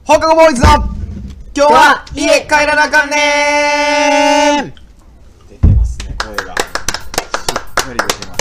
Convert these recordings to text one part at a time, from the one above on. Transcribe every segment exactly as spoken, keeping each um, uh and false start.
放課後ボーイズの今日は家帰らなあかんねー。出てますね、声がしっかり出てます。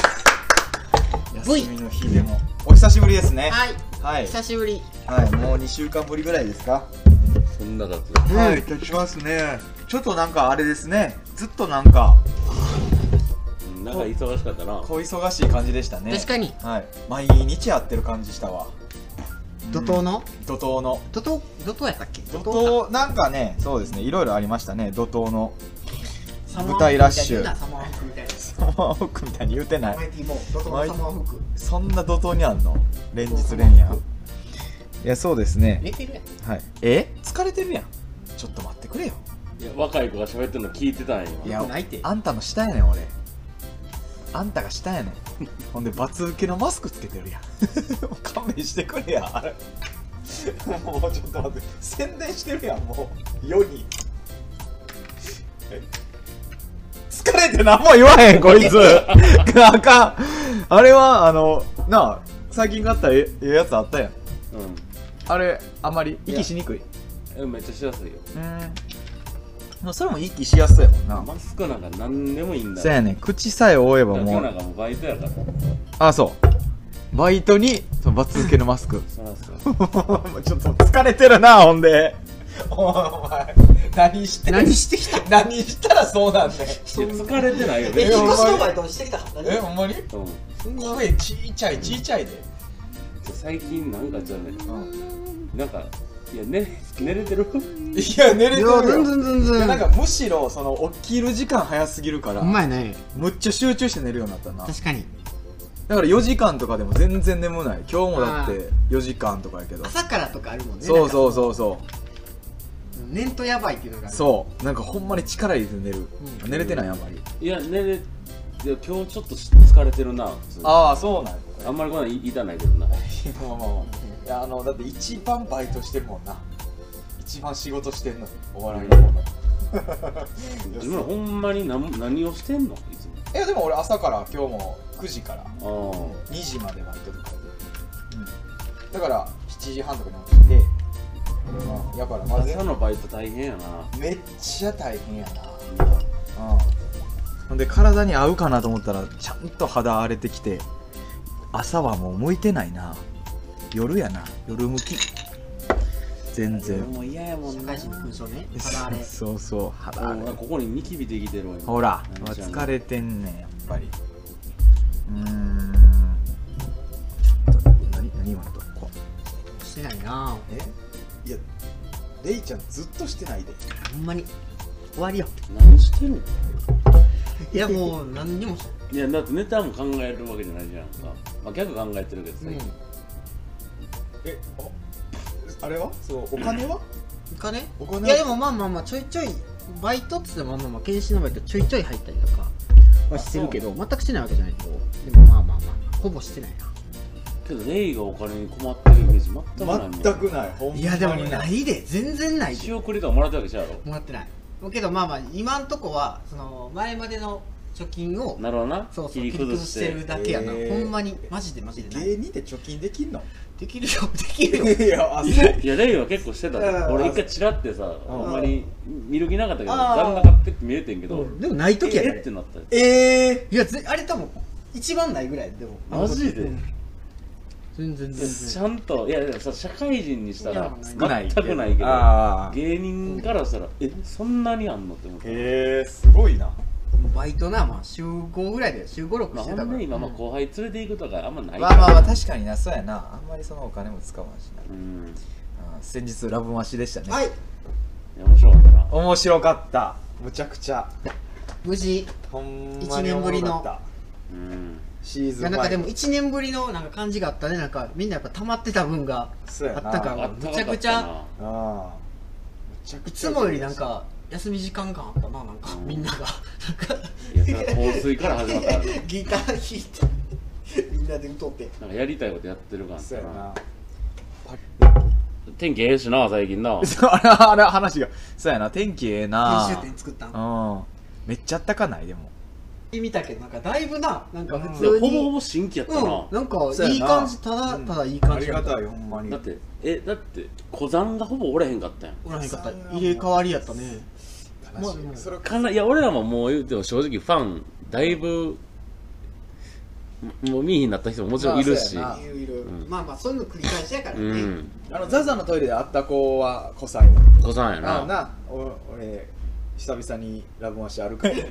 休みの日でもお久しぶりですね。 はい、 はい、 久しぶり。 はい、もうにしゅうかんぶりぐらいですか。 そんなだと、 はい、経ちますね。ちょっとなんかあれですね、ずっとなんかなんか忙しかったな。 小忙しい感じでしたね。 確かに。 はい、毎日会ってる感じしたわ。 怒涛の怒涛の怒涛怒涛やったっけ？ 怒涛なんかね、そうですね、いろいろありましたね。怒涛の舞台ラッシュ、 サマーフクみたいな。 サマーフックみたいに言うてない。 マイティも怒涛のサマーフク。 そんな怒涛にあんの？連日連夜。いや、そうですね。 寝てるやん。 はい。え？疲れてるやん。ちょっと待ってくれよ。 いや、若い子が喋ってるの聞いてたんよ。 いや、 泣いて。 あんたの下やねん俺。あんたが下やねん。ほんでバツ受けのマスクつけてるやん。勘弁してくれや。あれもうちょっと待って、宣伝してるやん、もう世に。え、疲れて何も言わへんこいつ。あかん。あれはあのなあ、最近買ったええやつあったやん。 うあれあんまり息しにくい。 ん。え、めっちゃしやすいよ。 うん。それも息しやすいやもんな。 マスクなんか何でもいいんだよ。 そうやねん、口さえ覆えばもう。 今日なんかもうバイトやから。 あ、そうバイトにそのバツ受けのマスク。 そうそう。 ちょっと疲れてるな、ほんで。お前何して何してきた？ 何したらそうなんねん。 いや疲れてないよ。 え、 え引っ越しのバイトしてきた？ え、ほんまにうん。 声ちいちゃいちいちゃいで。 最近なんかちょっとね、 うん、 なんか、いや、ね、寝れてるいや、寝れてるよ。 全然全然。 なんかむしろその起きる時間早すぎるからうまいね。 むっちゃ集中して寝るようになったな。 確かに。 だからよじかんとかでも全然眠ない。今日もだってよじかんとかやけど。 朝からとかあるもんね。 そうそうそうそう。 寝んとやばいっていうのがある。 そうなんかほんまに力入れて寝る、うん、寝れてないあんまり。 いや、寝れ、いや今日ちょっと疲れてるな、普通に。 ああ、そうなんや。 あんまりこんなん言いたないけどな。 まあまあまあ、いや、あのだって一番バイトしてるもんな。一番仕事してんのにお笑いの方の。 自分ほんまに何何をしてんのいつも。 いやでも俺朝から今日もくじからあにじまでバイトとかで、うん、だからしちじはんとかに起きて、うん、やからまず朝のバイト大変やな。 めっちゃ大変やな。うん、ほんで体に合うかなと思ったらちゃんと肌荒れてきて、朝はもう向いてないな。夜やな、夜向き全然。 もう嫌やもんな。 社会人の勲章ね。肌荒れ。 そうそう、肌荒れ。 ここにニキビできてるわ。 ほら、疲れてんねんやっぱり。うーん。ちょっと何何今のとこしてないな。 え、いやレイちゃんずっとしてないで。 ほんまに終わりよ。 何してんの？ いやもう何にもしない。 いやだってネタも考えるわけじゃないじゃんか。まあ逆考えてるけど最近。 え、ああれはそう、お金はお金？ お金いやでもまあまあまあちょいちょいバイトっつってもまあまあ研修のバイトちょいちょい入ったりとかはしてるけど、全くしてないわけじゃないけど、でもまあまあまあほぼしてないな。 けどレイがお金に困ってるイメージ全くないもん。 全くない。ほんまにいやでもないで、全然ないで。 仕送りとかもらったわけちゃうやろ。 もらってない。けどまあまあ今んとこはその前までの貯金をなるほどな。 そうそう切り崩し切り崩しててるだけやな、 えーほんまにマジでマジでない。 芸人って貯金できんの？ できるよできるよ。 いや、あ、そう。 いやレイは結構してたで。 うん俺一回チラってさ、 うんあんまり見る気なかったけど、 あー残高って見えてんけど、 でもない時やえねってなったよ。 えいやぜあれ多分一番ないぐらいでもマジでうん全然全ち然ゃんといやいやさ社会人にしたらいや全少ないくないけど、 あー芸人からしたらえそんなにあんのって思って。 へえ、すごいな。 バイトな、まあ週ごぐらいで週ごろくまあしてたから、 ほんで今まあ後輩連れて行くとかあんまないまあまあまあ、確かにな、そうやな。あんまりそのお金も使わんしな。 うん。 うん、先日ラブマシでしたね。 はい、 いや面白かったな。 面白かった。むちゃくちゃ。 無事ほんまに一年ぶりのおもろかったうん。 シーズンなんかでもいちねんぶりのなんか感じがあったね。なんかみんなやっぱ溜まってた分がそうやな。 あったからあったむちゃくちゃかったな。 ああ、むちゃくいちゃつもよりなんか休み時間感あったな、なんかうんみんながなんかいやそれは香水から始まったからね。 ギター弾いてみんなで歌ってなんかやりたいことやってるからそうやな。 な。天気ええしな最近な。 そう、あれ、あれ、話が。そうやな、天気ええな。 編集点作ったん。 うん。めっちゃあったかないでも。 見たけどなんかだいぶななんか普いや通にほぼほぼ新規やったな、 うんなんかそうやないい感じただうんただいい感じありがたいほんまにだってえだって小山がほぼおれへんかったやんおらへんかった入れ替わりやったね悲しいまあそれかないや俺らももう言うても正直ファンだいぶもう見えへんなった人ももちろんいるし、 まあそうやいるいるうんまあまあそういうの繰り返しやからうねんあのザザのトイレで会った子はこさんよ小山やなあなお俺久々にラブマシ歩くて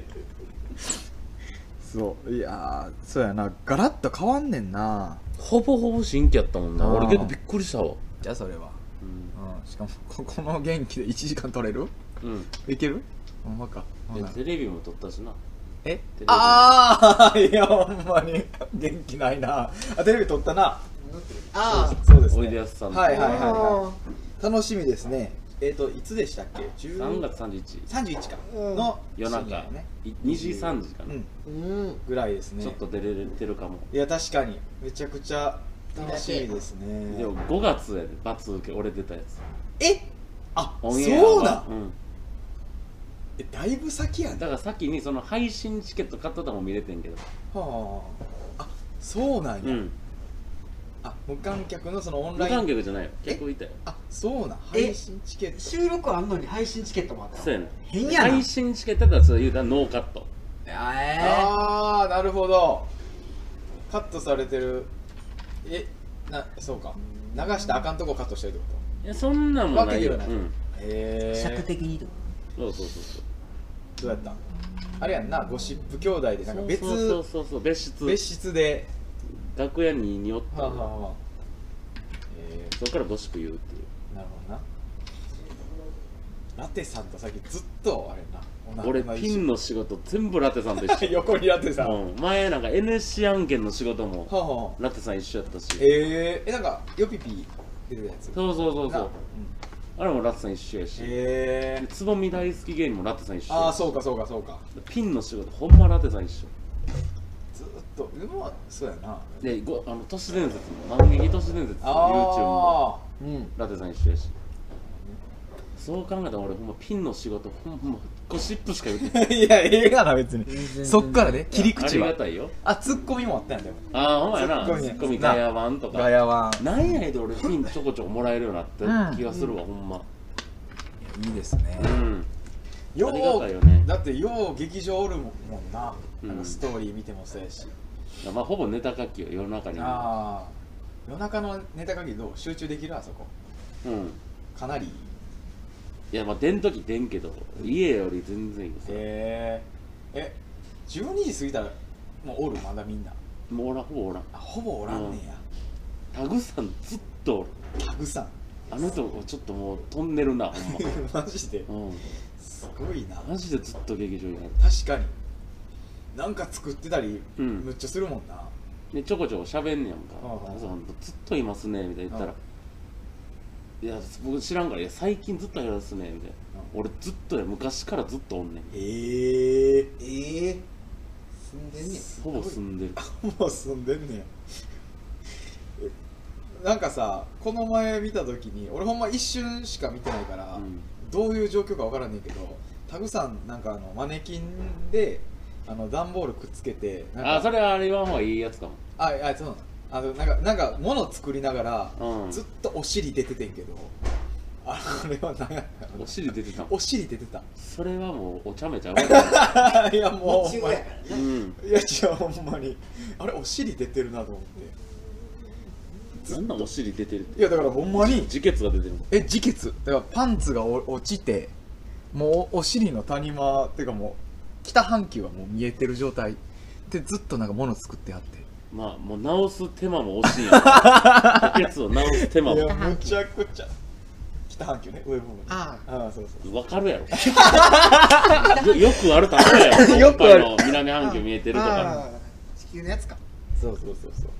そういやーそうやなガラッと変わんねんなほぼほぼ新規やったもんなあー俺結構びっくりしたわじゃあそれは、 うんうん、しかもここの元気でいちじかん取れるうんいけるほんまかほでなテレビも撮ったしなえテレビああいやほんまに元気ないなあテレビ撮ったなあそうですねおいでやすさんとはいはいはいはい楽しみですねえっ、ー、といつでしたっけさんがつさんじゅういちさんじゅういちかうんの夜中深夜ねいにじさんじかな、 うんうんぐらいですねちょっと出れてるかもいや確かにめちゃくちゃ楽しみですねでもごがつやで罰受け俺出たやつえあオンエアはそうだうんえだいぶ先やねだから先にその配信チケット買っとったのも見れてんけどはああそうなんや、 うんあ無観客のそのオン無ライン観客じゃないよ結構いたよあそうなんえ配信チケット収録あんのに配信チケットもあったそうやね変やな配信チケットだったらそう言うたらノーカットえああなるほどカットされてるえなそうか流したらあかんとこカットしてるってこいやそんなんもないよわけではないうんとへえ尺的にとそうそうそうそうどうやったんあれやんなゴシップ兄弟でなんか別そうそうそうそう別室別室で楽屋ににおったはあ、はあはあ、えそこからゴシップ言うっていうー、なるほどなラテさんとさっきずっとあれな俺ピンの仕事全部ラテさんと一緒横にラテさん、はうん、前なんか エヌエスシー 案件の仕事もあはあラテさん一緒やったしえー、えなんかヨピピ出てたやつそうそうそうそうなうんあれもラテさん一緒やし、 えー、 でつぼみ大好き芸人もラテさん一緒やしああそうかそうかそうかピンの仕事ほんまラテさん一緒ずっとでもそうやなでごあの都市伝説の万劇都市伝説の YouTube もあうんラテさん一緒やしそう考えたら俺ほんまピンの仕事ほんまゴシップしか言ってないあいやええがな別に全然そっからね切りあ口はりがたいよあツッコミもあったんやでもああほんまやなツツッコミッコミガヤワンとかガヤワンなんやねんで俺ピンちょこちょこもらえるようになった気がするわ、ほんまいいですねうんよありがたいよねうだってよう劇場おるもんな、 うんあのストーリー見てもそうやし、 まあほぼネタ書きよ夜中にああ夜中のネタ限りどう集中できるあそこうんかなりいやまあ出ん時出んけど家より全然いいよへええじゅうにじ過ぎたらもうおるまだみんなもうおらんほぼおらんあほぼおらんねや、 タグさんずっとおるタグさんあの人ちょっともう飛んでるなほんまマジでうんすごいなマジでずっと劇場にある確かになんか作ってたり、 うんむっちゃするもんなでちょこちょこ喋んねやんかああタグさんずっといますねみたいな言ったらいや僕知らんからいや最近ずっといますねみたいな俺ずっとや昔からずっとおんねんええええ住んでんねんほぼ住んでるもう住んでんねやえなんかさこの前見た時に俺ほんま一瞬しか見てないから、 うんどういう状況かわからんねんけどタグさんなんかあのマネキンであの段ボールくっつけてなんかあそれはあれ言わん方がいいやつかもああそうなのあのなんかなんか物作りながら、 うんずっとお尻出ててんけどあれは何やったのお尻出てたお尻出てたそれはもうお茶目ちゃうわいやもうほんまに日中やからな、 うんいや違うほんまにあれお尻出てるなと思ってなんなんお尻出てるっていやだからほんまに自血が出てるえ自血だからパンツがお落ちてもうお尻の谷間っていうかもう北半球はもう見えてる状態でずっとなんか物作ってあってまあもう直す手間も惜しいやん自血を直す手間もいやむちゃくちゃ北半球ね上部分あああそうそうわかるやろよよくある例えやろよくあるおっぱいの南半球見えてるとかあー地球のやつかそうそうそうそう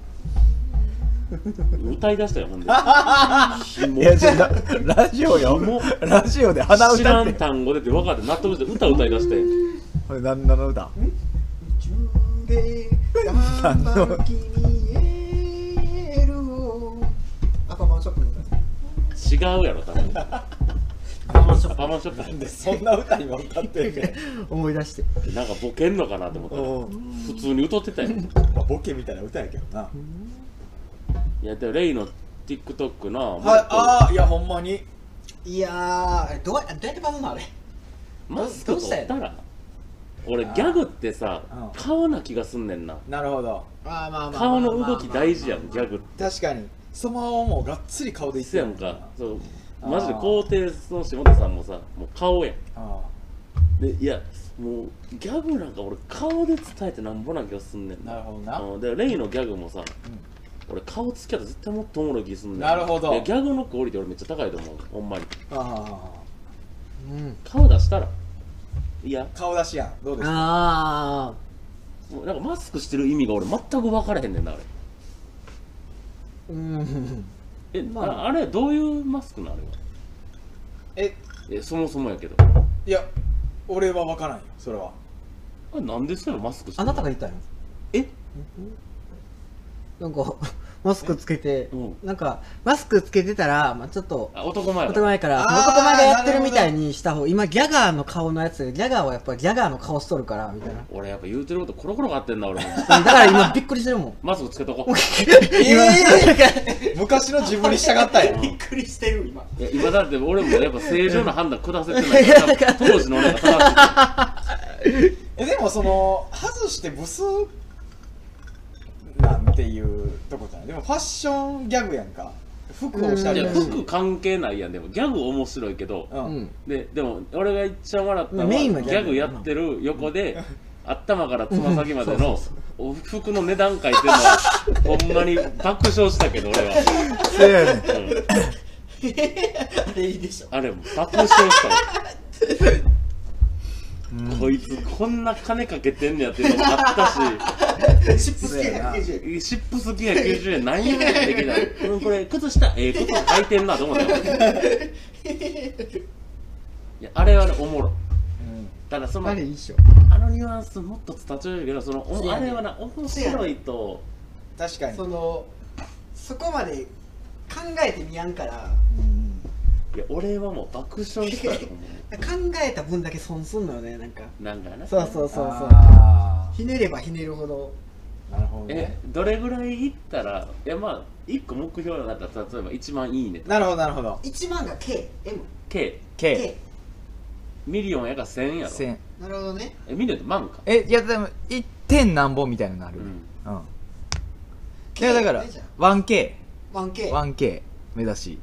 歌い出したよほんでいやじゃあララジオよもラジオで鼻知らん歌って単語出て分かって納得して歌歌い出してこれ何の歌宇宙で頑張る君へるをアパマンショップの歌違うやろ多分アパマンショッパマンショップなんでそんな歌今歌ってんねん思い出してなんかボケんのかなって思ったらおう普通に歌ってたよまあボケみたいな歌やけどな。 いやでもレイの TikTok のはい、ああ、いやほんまに。 いやーどうやどうやってバズんのあれマスクどうしたんや取ったら俺ギャグってさうん顔な気がすんねんななるほど。 あーまあまあまあ顔の動き大事やんギャグって確かに。そのままもうがっつり顔でいってせやんかそうあーマジで肯定の下田さんもさもう顔やんあでいやもうギャグなんか俺顔で伝えてなんぼな気がすんねんあ、なるほどな。 うんでレイのギャグもさ俺顔つきやったら絶対もっとおもろい気すんねんなるほどいやギャグのクオリティ俺めっちゃ高いと思うほんまにあうん顔出したらいやあ、顔出しやん。どうですか。 あもうなんかマスクしてる意味が俺全く分からへんねんなあれーうんえ、 まああ、あれどういうマスクなのあれはえ、 えそもそもやけどいや、俺は分からんよ。それは。 あれなんでそれマスクしてあんのなたが言ったんよえなんかマスクつけてうんなんかマスクつけてたら、まあ、ちょっとあ男前男前からあー男前がやってるみたいにした方今ギャガーの顔のやつギャガーはやっぱりギャガーの顔しとるからみたいな俺やっぱ言うてることコロコロ変わってんな俺もだから今びっくりしてるもんマスクつけとこうええ昔の自分に従ったよ。 びっくりしてる今いや今だって俺もやっぱ正常な判断下せてないから当時の俺が正しいえ、でもその、外してブスなんていうとこじゃない。でもファッションギャグやんか。服をしたいやりだし。 服関係ないやんでもギャグ面白いけど、 う。 うんんででも俺が一番笑ったのはメインはギギャグャグやってる横で頭からつま先までのうんそう服の値段書いてるのはほんまに爆笑したけど俺は、 そうやね。 うん、 あれいいでしょあれも爆笑したよこいつこんな金かけてんねやっていうのもあったしシップスケールきゅうじゅうえんシップスキアきゅうじゅうえん何やねんって聞いたらうんこれ靴下ええ靴履いてんなと思ったよいやあれはねおもろいただそのあれいいっしょあのニュアンスもっと伝えるけどそのおそうやねあれはな面白いと確かに。 そのそこまで考えてみやんからうんいや俺はもう爆笑したと思考えた分だけ損すんのよねなんかうなんかなそうそうそうそうあひねればひねるほどーなるほどえね。 どれぐらいいったらいやまあいっこ目標だったら例えばいちまんいいねとなるほど、なるほど。 いちまんが ケーエム K K。 K ミリオンやからせんやろ千。 なるほどねえミリオンって万かえ、いや、でも、いってん何本みたいなのがある。 ううんん。いや、だからえじゃあ、 ワンケワンケー。 ーワンケー 目指し。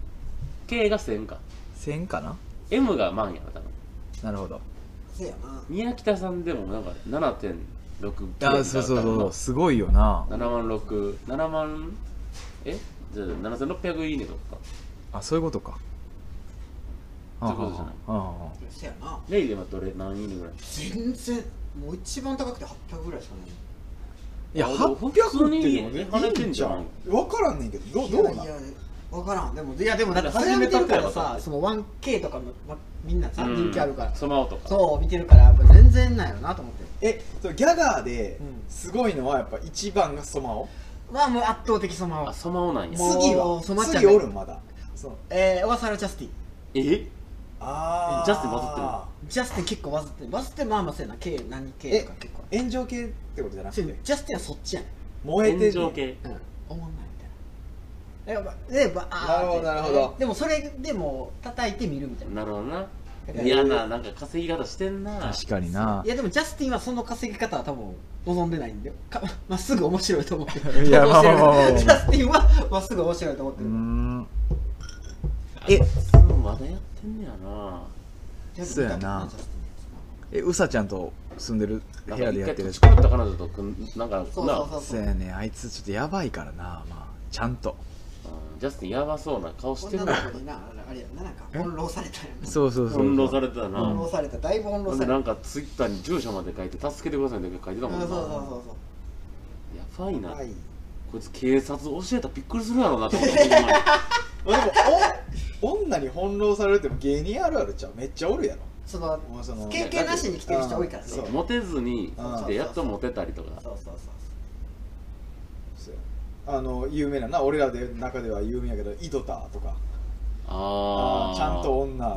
K がせんかせんかな。 M が万やろ多分なるほど。 そうやな宮北さんでもなんか ななてんろくあ、そうそうそう。すごいよな。 ななまんろく、ななまんえじゃあななせんろっぴゃくいいねとかあ、そういうことか。 そういうことじゃないああああそうやなレイではどれ何いいねぐらい全然もう一番高くてはっぴゃくぐらいしかないいや、 あはっぴゃくっていうのね、 普通に跳ねてんじゃんいい分からんねんけど、どうどうなんいやいや分からんでもいやでもだってだってそれ見てるから始めたってことさその ワンケー とかの、ま、みんなさ人気あるからスマホとかそう見てるからやっぱ全然ないよなと思ってえ、そうギャガーでうんすごいのはやっぱ一番がソマオ。 まあもう圧倒的そのあスマホなんやもう次はソマちゃん次おるんまだ。そう。 えー、小笠原ジャスティンえあージャスティンバズってるのジャスティン結構バズってるバズってまあまあそうやな K 何 K とか結構ある炎上系ってことじゃなくそうて、 ジャスティンはそっちやね燃えてる。 炎上系んうんおもんないみたいなえばでばあーなるほどなるほどでもそれでも叩いてみるみたいななるほどなだから嫌ななんか稼ぎ方してんな確かにな。 いやでもジャスティンはその稼ぎ方は多分望んでないんでかまっすぐ面白いと思ってるいやまあまあまあまあジャスティンはまっすぐ面白いと思ってうーるん。 ええまだやってんねやなジャスそうやなジャステえ、うさちゃんと住んでる部屋でやってるやつ一回土地狂った彼女とくんなんかなそうそうそうそうやね、あいつちょっとやばいからな、まあ、ちゃんと。 うんジャスティンやばそうな顔してるィンな女の子になあれやななんか翻弄されたよなそうそうそう。 翻弄されてたな、 翻弄されただいぶ翻弄されたほんでなんかツイッターに住所まで書いて助けてくださいって書いてたもんなそうそうそうそうやばいな、 はい。 こいつ警察教えたらびっくりするやろうなって思ったほんまにまあでもお女に翻弄されるっても芸人あるあるちゃうめっちゃおるやろ。 そのもうその経験なしに来てる人多いからねそそううモテずにうん来てやっとモテたりとかそうそうそうあの有名なな、俺らで中では有名やけど井戸田とかああちゃんと女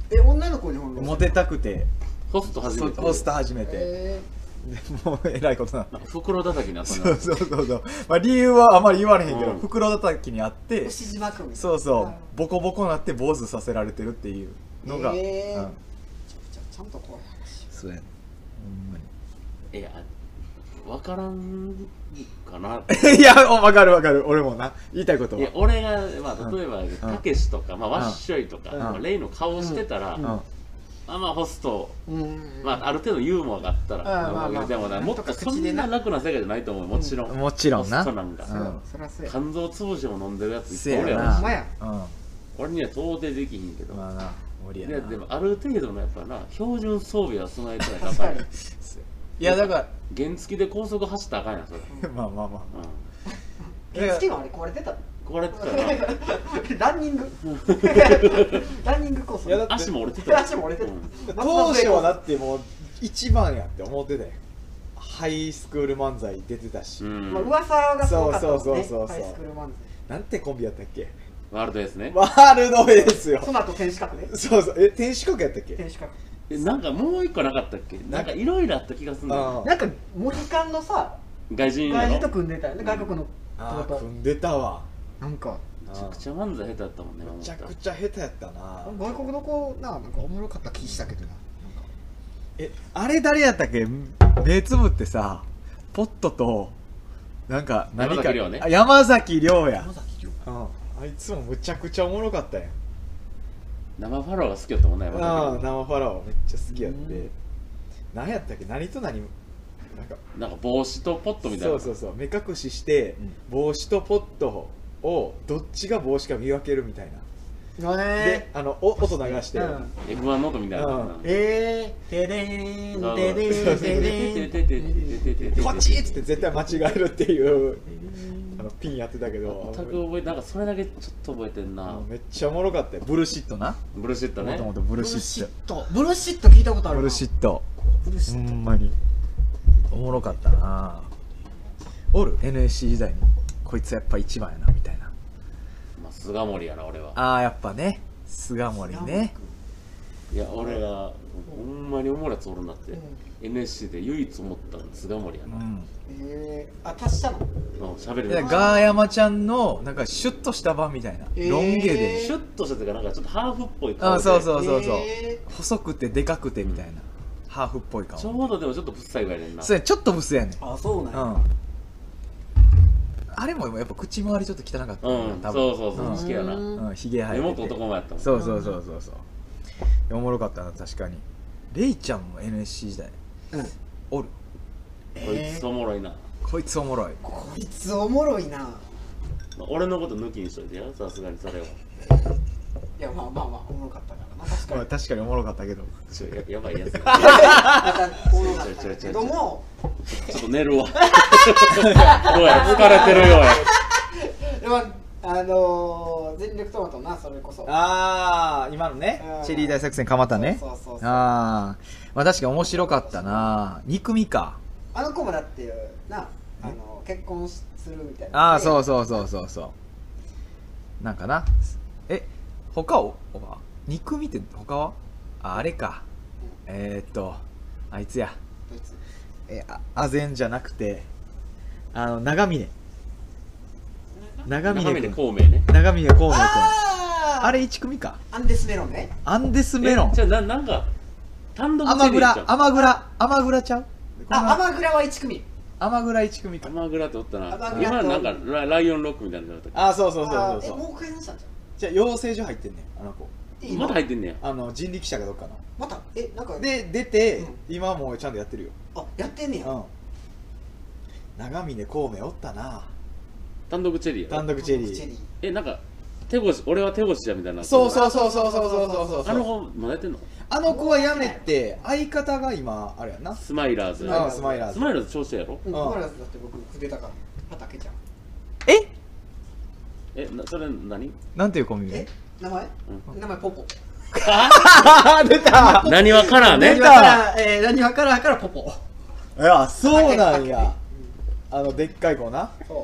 え女の子に翻弄モテたくてホスト初めてホスト始めて、 えでもうえらいことなんだ。 袋叩きにあったんだそうそうそうそう、まあ、理由はあまり言われへんけど、 うん袋叩きにあってー、牛島君そうそう、 あボコボコなって坊主させられてるっていうのが、 えーうん、 ちゃちゃんと怖い話そうやねほんまにいや分からんかないや、わかるわかる。俺もな。言いたいことは。 いや俺が、まあ、例えばんたけしとか、まあ、ワッショイとか、 うんまあレイの顔してたら、 うん。 まあまあホスト、 うんまあ、ある程度ユーモアがあったら、 うんまあまあでもなもっとそんな楽な世界じゃないと思うもちろん、 もちろんな。 ホストなんか、 うんそうそらそうや肝臓潰しても飲んでるやついっぱいおるせやな。 やろほんまやう俺には到底できひんけど、 ん。まあな、無理やいな。 やでもある程度のやっぱな標準装備は備えてないとあ確かにかんやんいや、だか原付で高速走ったらあかんやんそれ、 ら、まあまあまあ。 う原付のあれ壊れてたん、壊れてたらなランニングランニングコースいやだって足も折れてたよ足も折れてたうん当初はだってもう、一番やって思ってたよ。ハイスクール漫才出てたし。 うんまあ噂がすごかったもんねそうそうそうそうハイスクール漫なんてコンビやったっけ？ ワールドですねワールドですよ才。その後天使閣ねそうそう。え、天使国やったっけ？ 天使閣えなんかもう一個なかったっけなんかいろいろあった気がするんだよあなんかモヒカンのさ外人や外人とろ組んでたよね外国のあー、 と組んでたわ。 なんかめちゃくちゃ漫才下手だったもんねめちゃくちゃ下手やったな。 外国の子ななんかおもろかった気したけどななんかえ、あれ誰やったっけ？目つぶってさ、ポットと、なんか、何か。 山崎亮ねあ山崎亮や。 山崎亮うん。あいつもむちゃくちゃおもろかったやん。 生ファローが好きやったもんね山崎ああ、 亮生ファラオめっちゃ好きやっうてん。 何やったっけ？何と何、なんか、 なんか帽子とポットみたいなそうそうそう、目隠しして、帽子とポットを、どっちが帽子か見分けるみたいな。でえ、 あの、お音流して、 うんエフワン ノートみたいなうんえー、てでーんそうてでーんてでーんこっちっつって絶対間違えるっていう、あの、ピンやってたけど、 全く覚えてなんかそれだけちょっと覚えてんなめっちゃおもろかったよ。ブルシットな。 ブルシットねもともとブブルシッルシットブルシット聞いたことあるなト。ブルシット。 ブルシットほんまに。おもろかったな。おる エヌエスシー 時代に。こいつやっぱ一番やな、みたいな。 まあ菅森やな俺はああ、やっぱね。菅森ね。 いや俺がほんまにおもろいやつおるなってうんエヌエスシー で唯一思ったの菅森やなうん。 えー、あ足したのうん喋るいやガーヤマちゃんの、なんかシュッとした版みたいな。 えーロン毛で。 シュッとしててかなんかちょっとハーフっぽい顔であそうそうそうそう。 え細くてでかくてみたいな。ハーフっぽい顔。 ちょうどでもちょっとぶっさいぐらいやねんなそうや、ちょっとブスやねん。 ー、あそうなんや、 うん。あれもやっぱ口周りちょっと汚かったうん多分。 そうそうそううん好きやなうんうん、ひげ生えてて。 目元男前やったもんそうそうそうそうそう。おもろかったな、確かに。レイちゃんも エヌエスシー 時代。 うんおる。 こいつおもろいなこいつおもろい。 こいつおもろいな。 まあ俺のこと抜きにしといてよさすがにそれはいやまあまあまあおもろかったからな確かにまあ確かにおもろかったけど。 ちょややばいやつまたおもろかったけどもちょっと寝るわどうやら疲れてるようやでもあのー、全力トマトなそれこそあー、今のねうん、 チェリー大作戦かまったね。 そうそうそうそうあー、まあ確かに面白かったな。憎みか。 あの子もだってなあの結婚するみたいなあー、そうそうそうそうそう。なんかな。え、他をは憎みって他はあ、あれか。えーっと、あいつや。 どいつえ、あ、あぜんじゃなくて、あの、長峰。長長峰峰君。 孔明ね長峰孔明君。 あーあれ一組か。 アンデスメロンねアンデスメロンえ。じゃあななんか単独チェ甘リーちゃん蔵、甘蔵、甘蔵ちゃうあ甘蔵はいち組甘蔵一組か。 甘蔵っておったな甘蔵と今なんかラライオンロックみたいなのだったっあ、そうそうそうあそうそう。 ーえもう一回話したんじじゃあ養成所入ってんねん、あの子。 ゃんけまだ入ってんねやあの、人力車がどっかの。 またえなんかで、出て、 うん今はもうちゃんとやってるよ。 あやってんねやうん。長峰孔明おったな。 単独チェリーやろ単独チェリー。 チェリーえなんか手越し俺は手越しやみたいなそうそうそうそうそうそうそうそう。 あの子まだやってんのあの子は辞めて、相方が今、あれやな。 スマイラーズああ、スマイラーズ。 スマイラーズ調子やろうん、 ああコーラスだって僕筆だから畑ちゃんええなそれ何なんていうコンビえ名名前、 う名前ポポ出た何わからんね出た何わからえー、何わからんからポポいや、そうなんや。あの、でっかい子な。 そう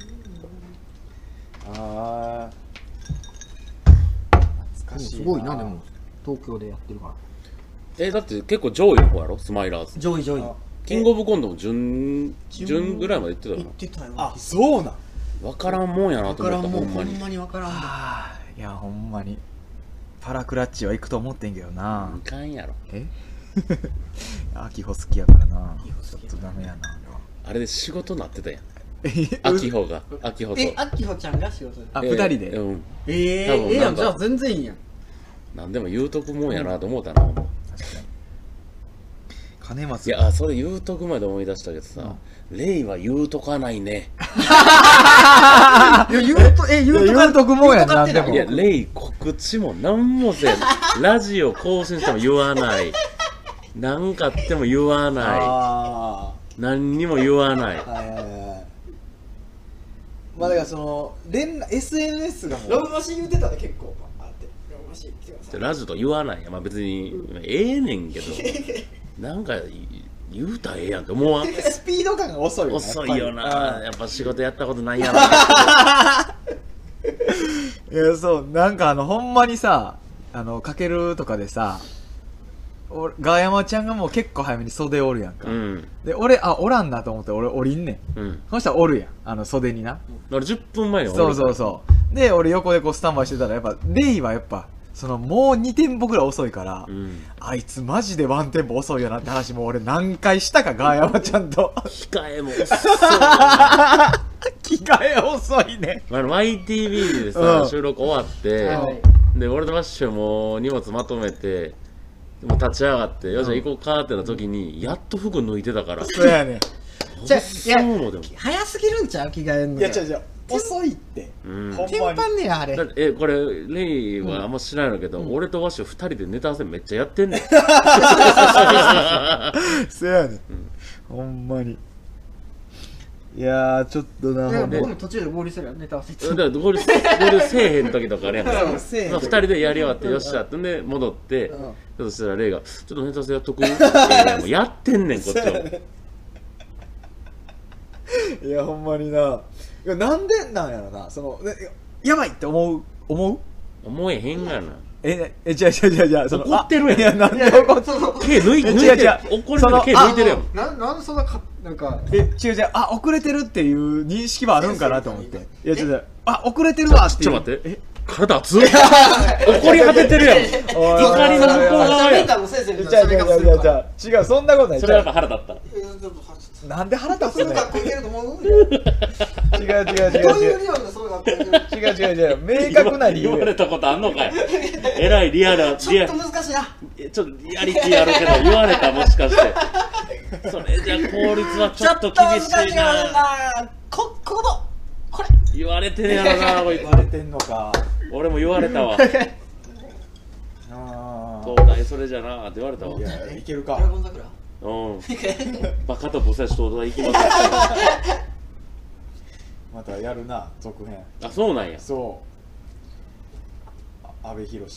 ああ。懐かしい。 すごいなでも東京でやってるから。 えだって結構上位の方やろスマイラーズ。 上位上位。 キングオブコントも準準ぐらいまで行ってたの。 言ってたよ。 あ、そうなん。 分からんもんやなと思った。ほんまにほんまに分からんもん。 いやほんまにパラクラッチは行くと思ってんけどな。 いかんやろ。 え秋穂好きやからな。ちょっとダメやなあれで仕事なってたやん。 俺は秋穂が秋穂とえ、あきほちゃんが仕事で。 あ、 えー二人でうんええ多分ええやん、 なんかじゃあ全然いいやん。 なんでも言うとくもんやなと思ったな、ほんま。 確かに金松いやそれ言うとくまで思い出したけどさ、レイは言うとかないね。 いや、言うと、え、言うといや言うとくもんやんなんでもいやレイ告知もなんもせん。ラジオ更新しても言わない、なんかあっても言わない、 あ何にも言わない。 あはいはいはいまあだからその連絡 エスエヌエス がもうロブマシ言うてたね、結構。あって。ロブマシ来てください。 ラジオと言わないや、まあ別にええねんけど、なんか言うたらええやんって思わん。 スピード感が遅いよね遅いよな、 やっやっぱ仕事やったことないやろ。 ぱりいやそうなんかあのほんまにさあのかけるとかでさ俺ガヤマちゃんがもう結構早めに袖おるやんか、 うんで俺あおらんなと思って俺降りんねんうん。 そしたらおるやんあの袖にな俺じゅっぷんまえにそうそうそうで俺横でこうスタンバイしてたらやっぱレイはやっぱそのもうにテンポぐらい遅いから、 う。うん。 あいつマジでワンテンポ遅いよなって話も俺何回したかガヤマちゃんと控えも遅いな。 着替え遅いねあの ワイティービー でさ、 うん収録終わって、 はいで俺とマッシュも荷物まとめてもう立ち上がって、よっしゃ行こうかってな時にやっと服脱いでたから。 そうやねじゃあそうもでも。 早すぎるんちゃう着替えんの。 いや違う違う遅いってうん。 テンほんまにパんねや、あれだ。ってえこれレイはあんま知らないのけど、俺とワッシュふたりでネタ合わせめっちゃやってんねん。 そうやねほんまにいやーちょっとなほんで僕も途中で合流するよ、ネタ合わせだからゴールゴールせえへん時とかあれやんか。 そうせえへんまあふたりでやり終わってよっしゃってんで戻って、 うんそしたらレイが「ちょっとネタ合わせやっとく?」いやもうやってんねんこっちは。 いやほんまにないやなんでなんやろなそのねやばいって思う思う思えへんがな。 ええ違う違う違う違うその怒ってるやんあいやなんで怒ってる毛抜いてえ違う違う怒りながら毛抜いてるやん。 ななんでそんなか、なんか、 え違う違うあ遅れてるっていう認識はあるんかなと思っていや違う違うあ遅れてるわっていうちょっと待ってえ体熱っ。怒り果ててるやん。 おい怒りの向こう側やん。 の先生み違う違う違う違う違う違うそんなことないそれはやっぱ腹立った。 なんで腹立つそういうね学校行けると思う。 違う違う違うどういう違う理論でそういう学校行ける。 違う違う違う明確な理由言われたことあんのかい。えらいリアルなリアちょっと難しいな。 ちょっとリアリティあるけど言われたもしかしてそれじゃ効率はちょっと厳しい難しいなな。 こ、この、これ。 言われてるやろなこいつ言われてんのか俺も言われたわ。 あ東大それじゃなって言われたわ。 いやいけるかドラゴン桜。 うん。バカとブサシ東大行きます。 またやるな続編あそうなんや。 そうあ阿部寛で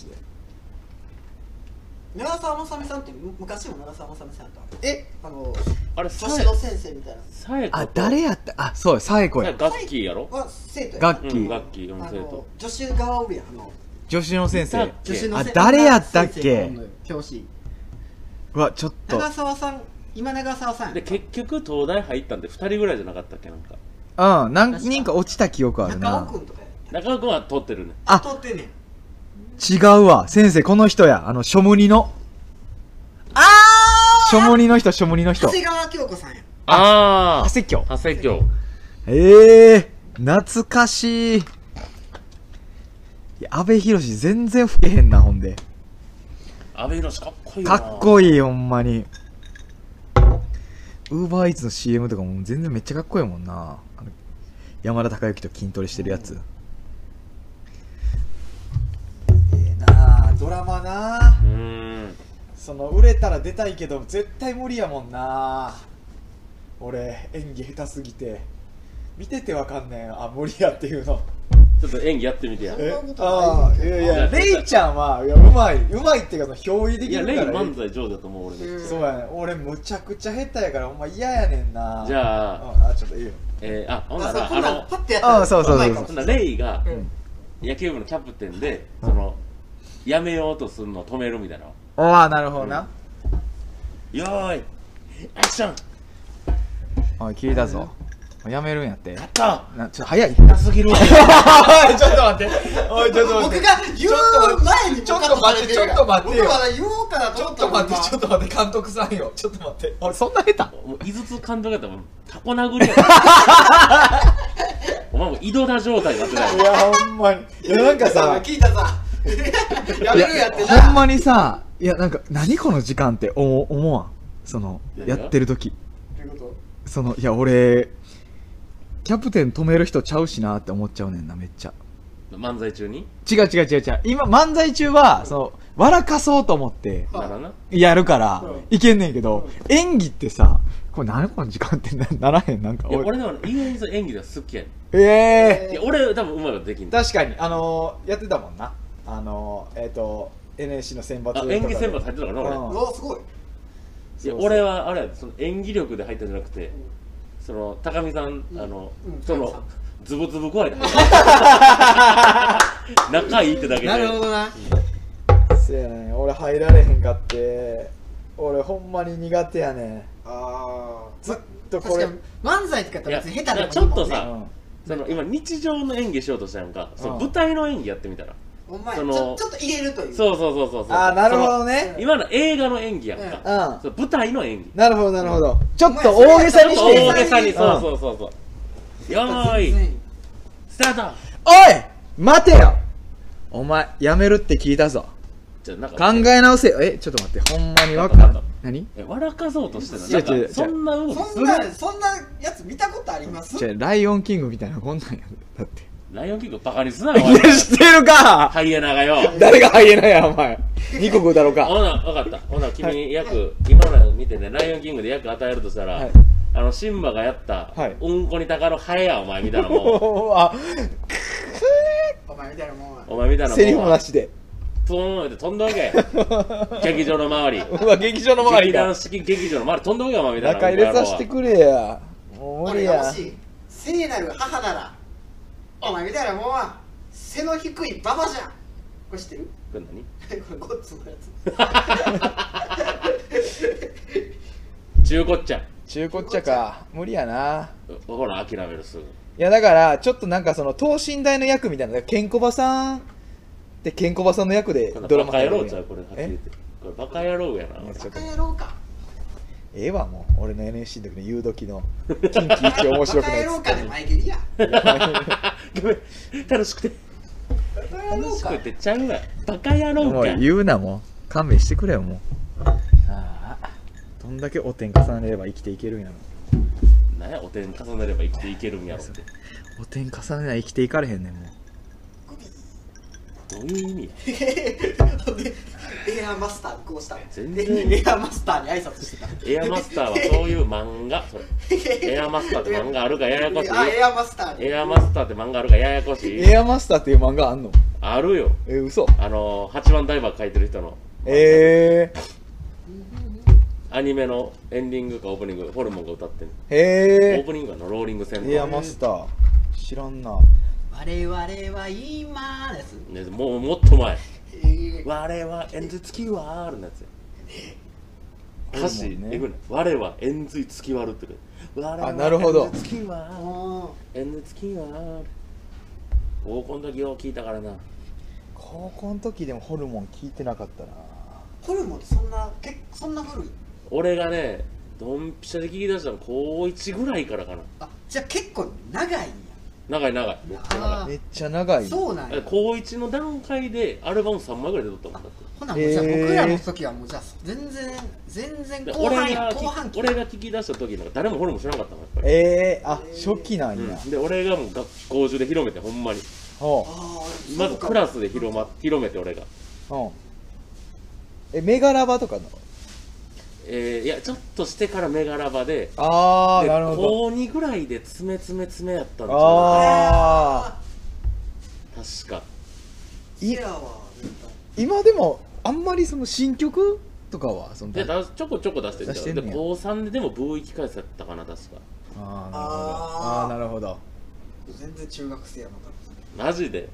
長澤まさみさんってむ昔も長澤まさみさんとえあのあれ女子の先生みたいなさえこあ誰やったあそうサエコやガッキーやろ。 は生徒やうんガッキーガッキーうんあの生徒。 女子側おるやんあの女子の先生いたっけ女子のせあ誰やったっけ先生がおんのよ表紙うわちょっと長澤さん今長澤さんやで結局東大入ったんでふたりぐらいじゃなかったっけなんか。 うん何人か落ちた記憶ある中尾なくんとかや中尾君は取ってるね。 あ通ってんねん違うわ先生この人やあの書無ニのあ書無ニの人書無ニの人長谷川京子さんやああ長谷京長谷京。 ええー、懐かしいいや阿部寛全然老けへんなほんで阿部寛かっこいいよな。 かっこいいほんまにウーバーイーツの シーエム とかも全然めっちゃかっこいいもんなあの山田孝之と筋トレしてるやつ、ええなあドラマなあうーん。 その売れたら出たいけど絶対無理やもんな俺演技下手すぎて見ててわかんねえあ無理やっていうのちょっと演技やってみてや。 えそんなことないああいやいやレイちゃんはいやうまいうまいっていうかその憑依でいや、 きるからレイ漫才上手だと思う、俺めっちそうやね俺むちゃくちゃ下手やからお前嫌やねんなゃ。じゃあ、 ああちょっといいよえー、あ、ほんなら、 あそうこんなんあパッてやったらあそうそうそうまいかもの、ほんならレイがうん野球部のキャプテンで、その、 やめようとするのを止めるみたいな。 ああなるほどな、 よーいアクション。 おい聞いたぞ、やめるんやってやったな、ちょっと早い早すぎるわおいちょっと待っておいちょっと待って僕が言う前にちょっと待ってちょっと待ってよ僕まだ言おうかなちょと思っと待ってちょっっと待って監督さんよちょっと待って俺そんな下手もう井筒監督やったらもうタコ殴りやお前もう井戸田状態になってないいやほんまにいやなんかさ聞いたさやめるんやっていなやほんまにさいやなんか何この時間って思思わんそのいやいややってる時どういうこそのいや俺キャプテン止める人ちゃうしなって思っちゃうねんなめっちゃ漫才中に違う違う違う違う今漫才中はその笑かそうと思ってならなやるからうんいけんねんけど演技ってさこれ何この時間ってなならへんなんかいや俺俺でも意外にそう演技が好きやねええんいや俺多分うまいことできんねん確かにあのー、やってたもんなあのー、えっ、ー、と エヌエスシー の選抜とかであ演技選抜入ってたからな俺、 うんとうわすごいいやそうそう俺はあれやその演技力で入ったんじゃなくてその高見さんあの、 うんその高見さんズブズブ具合で仲いいってだけでなるほどなせやねん俺入られへんかって俺ほんまに苦手やねんあずっとこれ確かに漫才とかやったら別に下手でもいいもん、ね、 いやちょっとさうんその今日常の演技しようとしたやんかそのうん舞台の演技やってみたらお前ちそのょちょっと入れるというそうそうそうそうそうあーなるほどそねの今の映画の演技やんか、 うんそう舞台の演技なるほどなるほどちょっとお前大げさにちょっとして大げさにうんそうそうそうそうよーいスタートおい待てよお前やめるって聞いたぞじゃあなんか考え直せよえちょっと待ってほんまにわかんない何え笑かそうとして違うないなん違うかそんな動きするそんなそんなやつ見たことありますじゃライオンキングみたいなこんなんやだってライオンキングバカにすなよおいや知ってるかハイエナがよ誰がハイエナやお前ニコ食うだろうかほな分かったほな君役今の見てねライオンキングで役与えるとしたら、 はいあのシンバがやった、 はいうんこにたかるハエやお前みたいなもんあお前みたいなもんはお前みたいなもんセリフもなしでトーンって飛んどけ劇場の周りうわ劇場の周り劇団が式劇場の周り飛んどけよお前みたいな中入れさせてくれやもう無俺理やがもし聖なる母ならお前みたいなもんは背の低いババじゃんこれ知ってるこれ何これゴッツのやつ中古っちゃ中古っちゃか無理やなほら諦めるすぐいやだからちょっとなんかその等身大の役みたいなケンコバさんってケンコバさんの役でこんなドラマバカ野郎るんやちゃうこれはっきりえ言ってこれバカ野郎やなちょっとバカ野郎かええわもう俺の エヌエスシー の時の言う時の近畿一面白くないバカ野郎かで前蹴りやごめん楽しくてバカ野郎か楽しくてちゃうわバカ野郎かもう言うなもう勘弁してくれよもうああどんだけお点重ねれば生きていけるんやろ何やお点重ねれば生きていけるんやろってお点重ねない生きていかれへんねんもうどういう意味やほんでエアマスターこうした全然エアマスターに挨拶してたエアマスターはそういう漫画それエアマスターって漫画あるかややこしいあエアマスターにエアマスターって漫画あるかややこしいエアマスターっていう漫画あんのあるよえ嘘あの八番ダイバー書いてる人のえアニメのエンディングかオープニングホルモンが歌ってんー、へオープニングのローリング戦えエアマスター知らんな我々は今ですねもうもっと前えー我は円髄月割るのやつや歌詞ホルモンねえぐいね我は円髄月割るってね我はあなるほど円髄月割るも円髄月割る高校の時よう聞いたからな高校の時でもホルモン聞いてなかったなうホルモンってそんな結構そんな古い俺がねドンピシャで聞き出したの高いちぐらいからかなあじゃあ結構長いんや長い長いめっちゃ長いあめっちゃ長いそうなんや高いちの段階でアルバムさんまいぐらい出とったもんだってほなもうじゃあへー僕らの時はもうじゃあ全然全然で後半俺がや後半期俺が聞き出した時なんか誰もホルモン知らなかったのやっぱり、 えー、あ初期なんや、 うん、で俺がもう学校中で広めてほんまにほあーまずそうかクラスで広,、ま、広めて俺がうほうえメガラバとかのえー、いやちょっとしてからメガラバででああなるほど高にぐらいで詰め詰め詰めやったんちゃうあ確かいやわ絶対今でもあんまりその新曲とかはそのでだちょこちょこ出してる出してんねやで高さんででもブー生き返せたかな確かああなるほどああーなるほど全然中学生やなマジで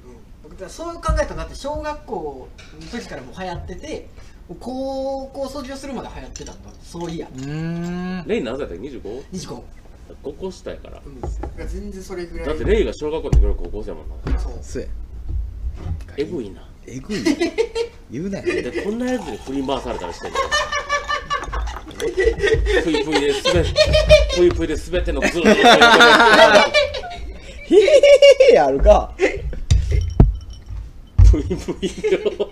そう考えたらだって小学校の時からもう流行ってて高校卒業するまで流行ってたんだそういやうーんレイ何歳だったっけ にじゅうご? にじゅうご、 ごこ下やから、 うん、全然それぐらいだってレイが小学校の時から高校生やもんな。 そうそうやエグいな。 えぐい言うなよでこんなやつに振り回されたりしてんのぷいぷいですべぷいぷいで全てのずーっと横でヒヒヒヒあるかぷいぷいよ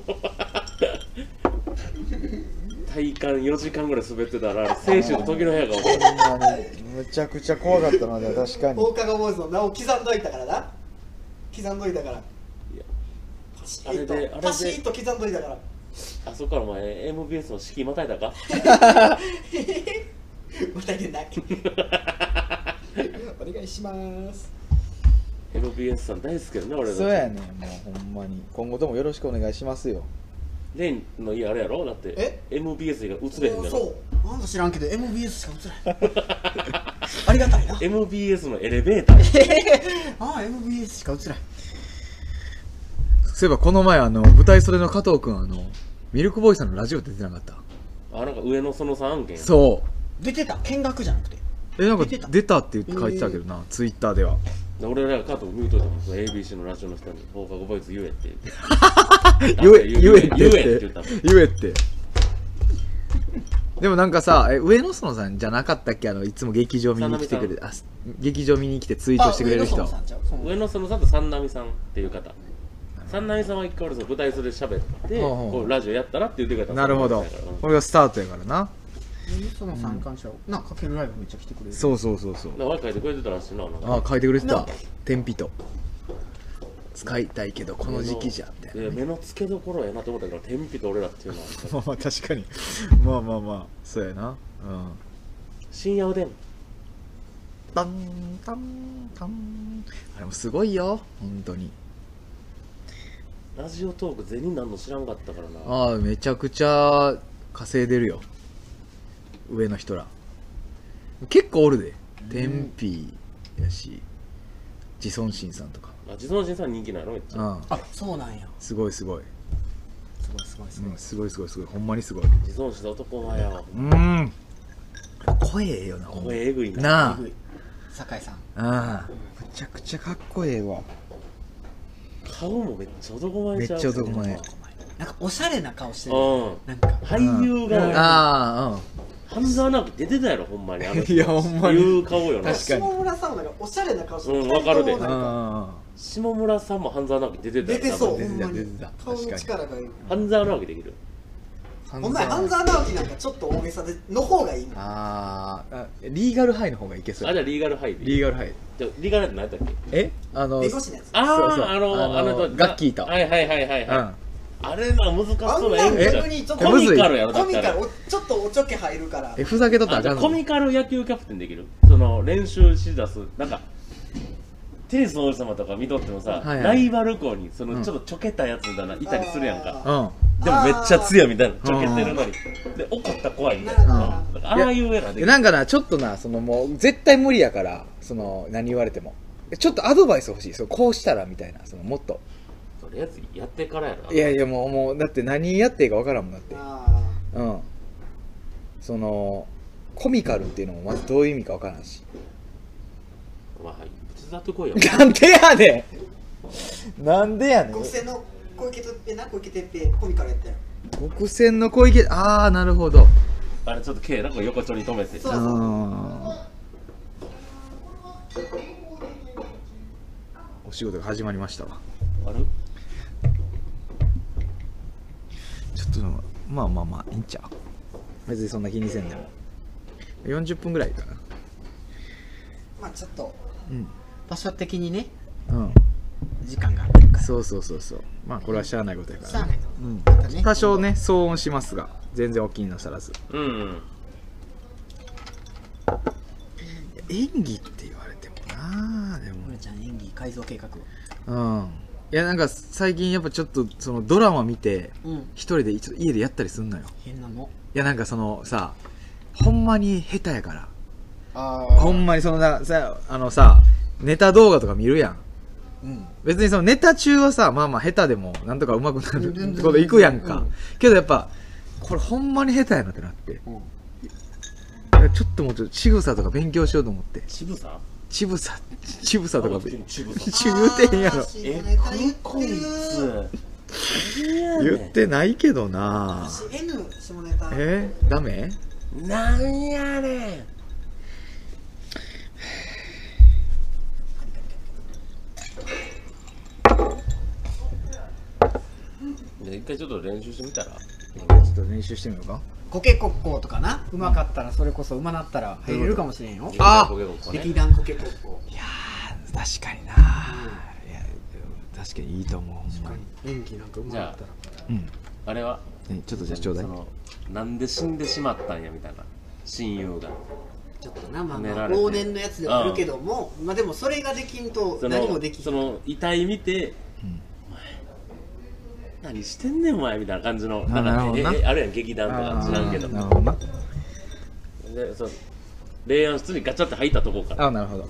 体感よじかんぐらい滑ってたら選手の時の部屋がほんまにむちゃくちゃ怖かったな。でも確かに放課後ボーイズの名を刻んどいたからな刻んどいたからパシあれッとであれでパシッと刻んどいたからあそこからお前 エムビーエス の敷居またいだかまたいてないお願いします。 エムビーエス さん大好きだね俺だそうやねんもうほんまに今後ともよろしくお願いしますよ。 レイの家あれやろだってえエムビーエス が映れへんやろ。 そうなんか知らんけど エムビーエス しか映らないありがたいなエムビーエス のエレベーターああ エムビーエス しか映らない。 そういえばこの前あの舞台袖の加藤くんあのミルクボーイさんのラジオ出てなかった？ あなんか上野園さん案件そう出てた見学じゃなくてえなんか出てた出たって言って書いてたけどな、ツイッターでは俺らが加藤見うといたもん エービーシー のラジオの人に放課後ボイス言えって言って言え言えって言えって言ったもん。 言えってでもなんかさえ上野園さんじゃなかったっけあのいつも劇場見に来てくれあ劇場見に来てツイートしてくれる人。 上野園さんと三波さんっていう方三波さんは一回俺その舞台袖で喋ってほうほうこうラジオやったらって言ってくれた。 なるほどうんこれがスタートやからな。 その参観者をなかけるライブめっちゃ来てくれる。 そうそうそうそうなんか書いてくれてたらしいな。なんかあ書いてくれてたな天日と使いたいけどこの時期じゃみたいなね、 いや目の付けどころやなと思ったけど天日と俺らっていうのはまあまあ確かにまあまあまあそうやなうん深夜おでんタンタンタンあれもすごいよ本当に。 ラジオトーク銭なんの知らんかったからな。 ああめちゃくちゃ稼いでるよ上の人ら結構おるで天日やし自尊心さんとかあ自尊心さん人気ないのめっちゃ。 うんあそうなんやすごいすごいすごいすごいすごい、 うんすごいすごいすごいほんまにすごい自尊心さん男前やわ。 うん声ええよなほんま声えぐいな。 なあえぐい酒井さんああめちゃくちゃかっこええわ顔もめっちゃ男前めっちゃう。 ちゃ男前なんかおしゃれな顔してるうんなんか俳優がああ半沢直樹出てたやろほんまにあの人。 いやほんまにいう顔よな。 確かに下村さんはなんかおしゃれな顔してるうんわかるで二人ともなんかあ下村さんも半沢直樹出てたよ出てそうほ出てたんまに出てた顔の力がいい半沢直樹できる。 あほんまや半沢直樹なんかちょっと大げさでの方がいいもんあーあリーガルハイの方がいけそうあじゃあリーガルハイでリーガルハイじゃあリーガルハイって何やったっけ。 えあの弁護士のやつあそうそうああのあのあのガッキーとはいはいはいはいはい、 うんあれな難しあそうんななん演技じゃ逆にちょっとコミカルやろだコミカったらルおちょっとおちょけ入るからえふざけとったらあじゃああかんのコミカル野球キャプテンできるその練習しだすなんかテニスの王子様とか見とってもさ、 はいはいライバル校にそのうんちょっとちょけたやつだないたりするやんか、 うんでもめっちゃ強いみたいなちょけてるのにで怒ったら怖いみたいな、 うんだからああいう絵ができるでなんかなちょっとなそのもう絶対無理やからその何言われてもちょっとアドバイス欲しいそうこうしたらみたいなそのもっととりあえずやってからやろいやいやもうもうだって何やっていいか分からんもんだってあうんそのコミカルっていうのもまずどういう意味か分からんしまあはい手伝ってこいよなんでやねんなんでやあねん極戦の小池とっぺな小池てっぺコミカルやったよ極戦の小池ああなるほどあれちょっと軽なこれ横ちょに止めてそうあお仕事が始まりましたわあるちょっとまあまあまあいいんちゃう別にそんな気にせんでもよんじゅっぷんぐらいかなまあちょっとうん場所的にねうん時間があるからそうそうそうそうまあこれはしゃあないことやから、 しゃあないとうんまたね多少ね騒音しますが全然お気になさらずうんうん演技って言われてもなでもむらちゃん演技改造計画うんいやなんか最近やっぱちょっとそのドラマ見てうん一人でちょっと家でやったりすんのよ変なのいやなんかそのさほんまに下手やからあほんまにそのなさあのさネタ動画とか見るやんうん別にそのネタ中はさ、まあまあ下手でもなんとか上手くなるってこといくやんか、 うん、 けどやっぱこれほんまに下手やなってなって、 うん、 ちょっともうちょっとちぐさとか勉強しようと思って。 ちぶさちぶさちぶさとかちぶさち言うてへんやろ。 えこいつ言ってないけどな。 N 下ネタえダメなんやねん。一回ちょっと練習してみたら。 ちょっと練習してみようか。 コケコッコーとかな、うまかったらそれこそうまなったら入れるかもしれんよ。 あ劇団コケコッコー。 いやー確かにな、うん、いや確かにいいと思う。 確かに演技なんかうまかったら。 うん。 あれはちょっとじゃあちょうだい。 そのなんで死んでしまったんやみたいな親友が。 ちょっとな、まあ、まあ往年のやつではあるけども、まあでもそれができんと何もできん。 その遺体見て、うん、お前何してんねんお前みたいな感じのなんかええあるやん劇団とか知らんけど。なるほどな。でその霊安室にガチャって入ったとこから。 あなるほど。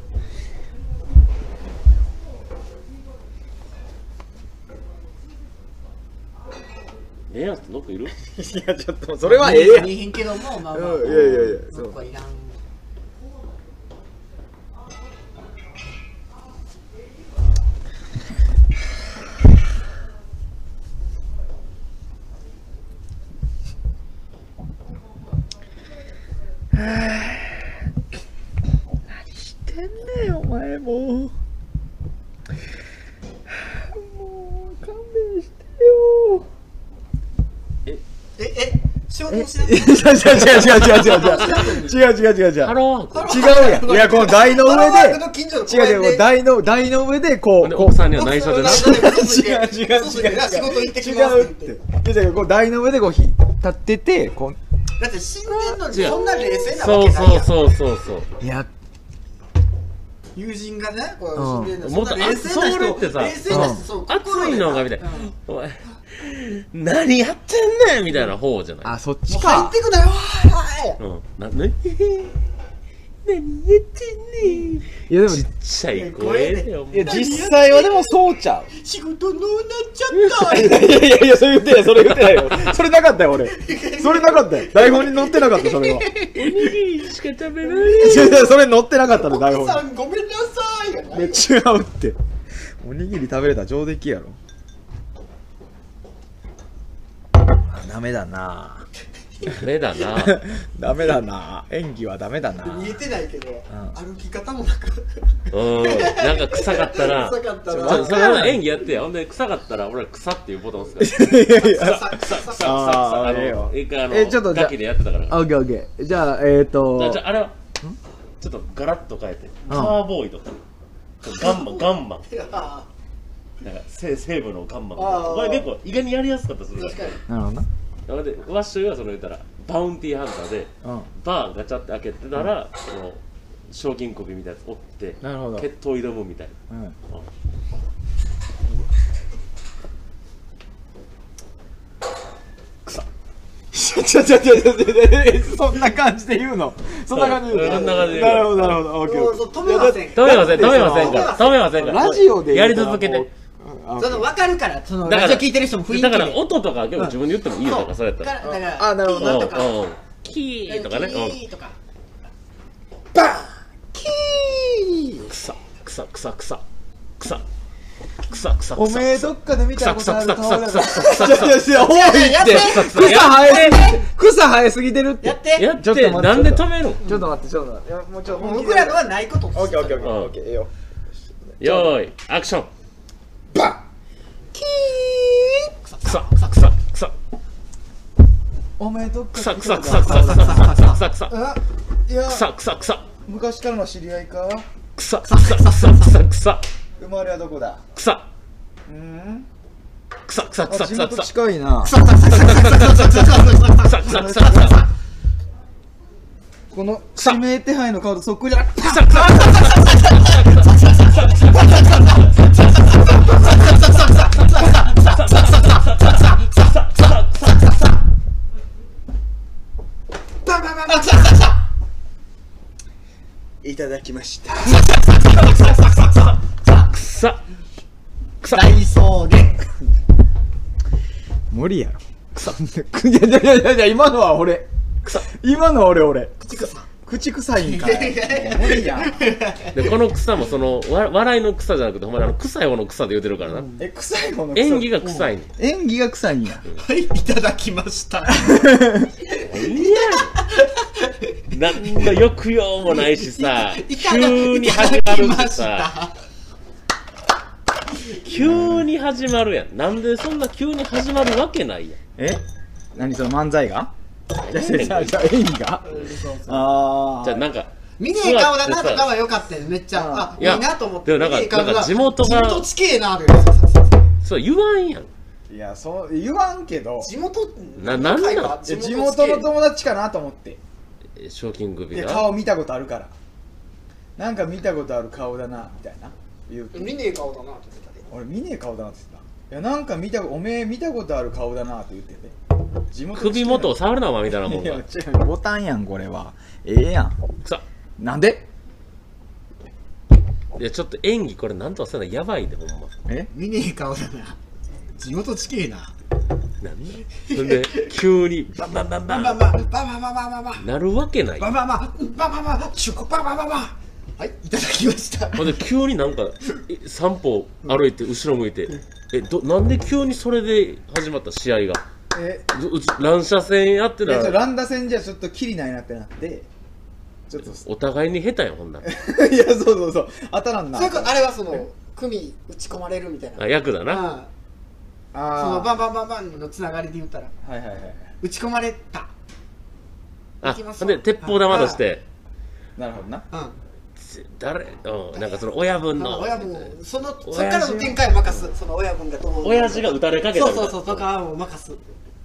霊安室どこいる？いやちょっとそれはええやん。 見えへんけどもまあまあ。いやいやいやいや。 そこはいらん。 何してんねんお前もうもう勘弁してよ。 えええ仕事もしなくて。 違う違う違う違う違う違う違う違う違う違うハローワーク違うやん。いやこの台の上で違う違う台の台の上でこうこう奥さんには内緒でな。 違う違う違う違う違うって違うこう台の上でこう立っててこうだって死んでんのにそんな冷静なわけないやん。 そうそうそうそうそう。 いや友人がねこう死んでんのにもっと冷静な人それってさ冷静な人そう熱いのがみたいな。お前何やってんねんみたいな方じゃない。 あそっちもうか。 入ってくなようん。なね何やってんねん。いやでもちっちゃい声でよ。 いや実際はでもそうちゃう。 仕事のうなっちゃったいやいやいやそれ言ってないそれ言ってないよ。それなかったよ俺。それなかったよ。台本に載ってなかったそれは。 おにぎりしか食べない。 いやいやそれ載ってなかったの台本に。 奥さんごめんなさいやない。 違うって。おにぎり食べれたら上出来やろ。ダメだなダメだなダメだな演技はダメだな。 見えてないけど、 うん、 歩き方もなんかうんなんか臭かったら臭かったらちょそれは演技やってや。ほんで臭かったら俺は臭っていうボタン押すから。いやいや臭臭臭臭ああの一回あのえちょっとガキでやってたから。 オッケーオッケー。じゃあえっとじゃあじゃああれはちょっとガラッと変えてカーボーイとかガンマンガンマンなんか西西部のガンマンこれ結構意外にやりやすかったする。 確かに。 なるほどな。 なのでワッシュがその言ったらバウンティーハンターで、うん、バーガチャって開けてたら、うん、その賞金首みたいなやつ折ってなるほど決闘挑むみたいな、うんうん、 草ちょちょちょちょちょそんな感じで言うのそんな感じで言うの。そんな感じで言うの。なるほどなるほど。オッケー。 止めません止めません止めませんから止めませんからラジオでやり続けて。 その分かるからそのラジオ聞いてる人も雰囲気でだから音とか結構自分で言ってもいいよとかそうやったら。 だからあなるほど。 キーとかね。 キーとか。 バーキー。 くさくさくさくさくさくさくさ。 おめえどっかで見たことある顔だ。 くさくさくさくさくさ。 いやいや多いって草生えすぎて草生えすぎてるって。 やってやってなんで止めるの。 ちょっと待ってちょっと待って。いやもうちょっと僕らのはないことを。 オッケーオッケーオッケー。ええよ。 よーいアクション。 バッキー。くさくさくさくさ。 おめえどっかくさくさくさくさくさくさくさくさ。 いやくさくさくさ。 昔からの知り合いか。 くさくさくさくさくさ。 生まれはどこだ。 くさ。 うん。 くさくさくさくさくさ。 近いな。 くさくさくさくさくさくさくさくさくさ。 この指名手配のカードそっくりだ。 くさくさくさくさくさくさ。 いただきました。 くさダイソーで無理やろ。草。いやいやいやいや、今のは俺。草。今のは俺俺。 口臭口臭いんかい。無理やん。 でこの草もそのわ笑いの草じゃなくてほんまにあの臭い方の草で言うてるからな、 え、臭い方の草。 演技が臭いねん。 演技が臭いんや。 はいいただきましたいやなんの抑揚もないしさ急に始まるってさ急に始まるやん。なんでそんな急に始まるわけないやん。 え、何その漫才が？じゃじゃじゃじゃ演技が？ああ。 じゃあなんか見ねえ顔だなとかは良かったよめっちゃ。あいいなと思って。 でもなんかなんか地元が地元地形なってそう言わんやん。 いや、そう言わんけど。 地元ななんなん？ 地元の友達かなと思って。 賞金首いやが顔見たことあるから。なんか見たことある顔だなみたいな。言うて。 見ねえ顔だなって言ってたで。 俺見ねえ顔だなって言ってた。いやなんか見たおめえ見たことある顔だなって言ってて。地元首元を触るなお前みたいなもんいやが違うボタンやんこれは。ええやん。 さなんで？ いやちょっと演技これなんとかせなやばいでほんま。 え？ 見ねえ顔だな地元地形ななんでそんで急にバンバンバンバンバンバンバンバンバンバンバンバンバンなるわけない。 バンバンバンバンバンバンバンシュコバンバンバンバンはいいただきましたほんで急になんかえ散歩歩いて後ろ向いてえどなんで急にそれで始まった試合がえ？ うち乱射戦やっていやたらランダ戦じゃちょっとキリないなってなってちょっとお互いに下手やんほんならいやそうそうそう当たらんな。 それかあれはその組打ち込まれるみたいなあ役だな。 ああそのバンバンバンバンのつながりで言ったらはいはいはいはい。 打ち込まれたあいきますほんで鉄砲玉としてなるほどな。 うん誰うんなんかその親分の親分そのそっ親父からの展開を任すその親分がどう親父が撃たれかけたみたいなそうそうそうとかを任す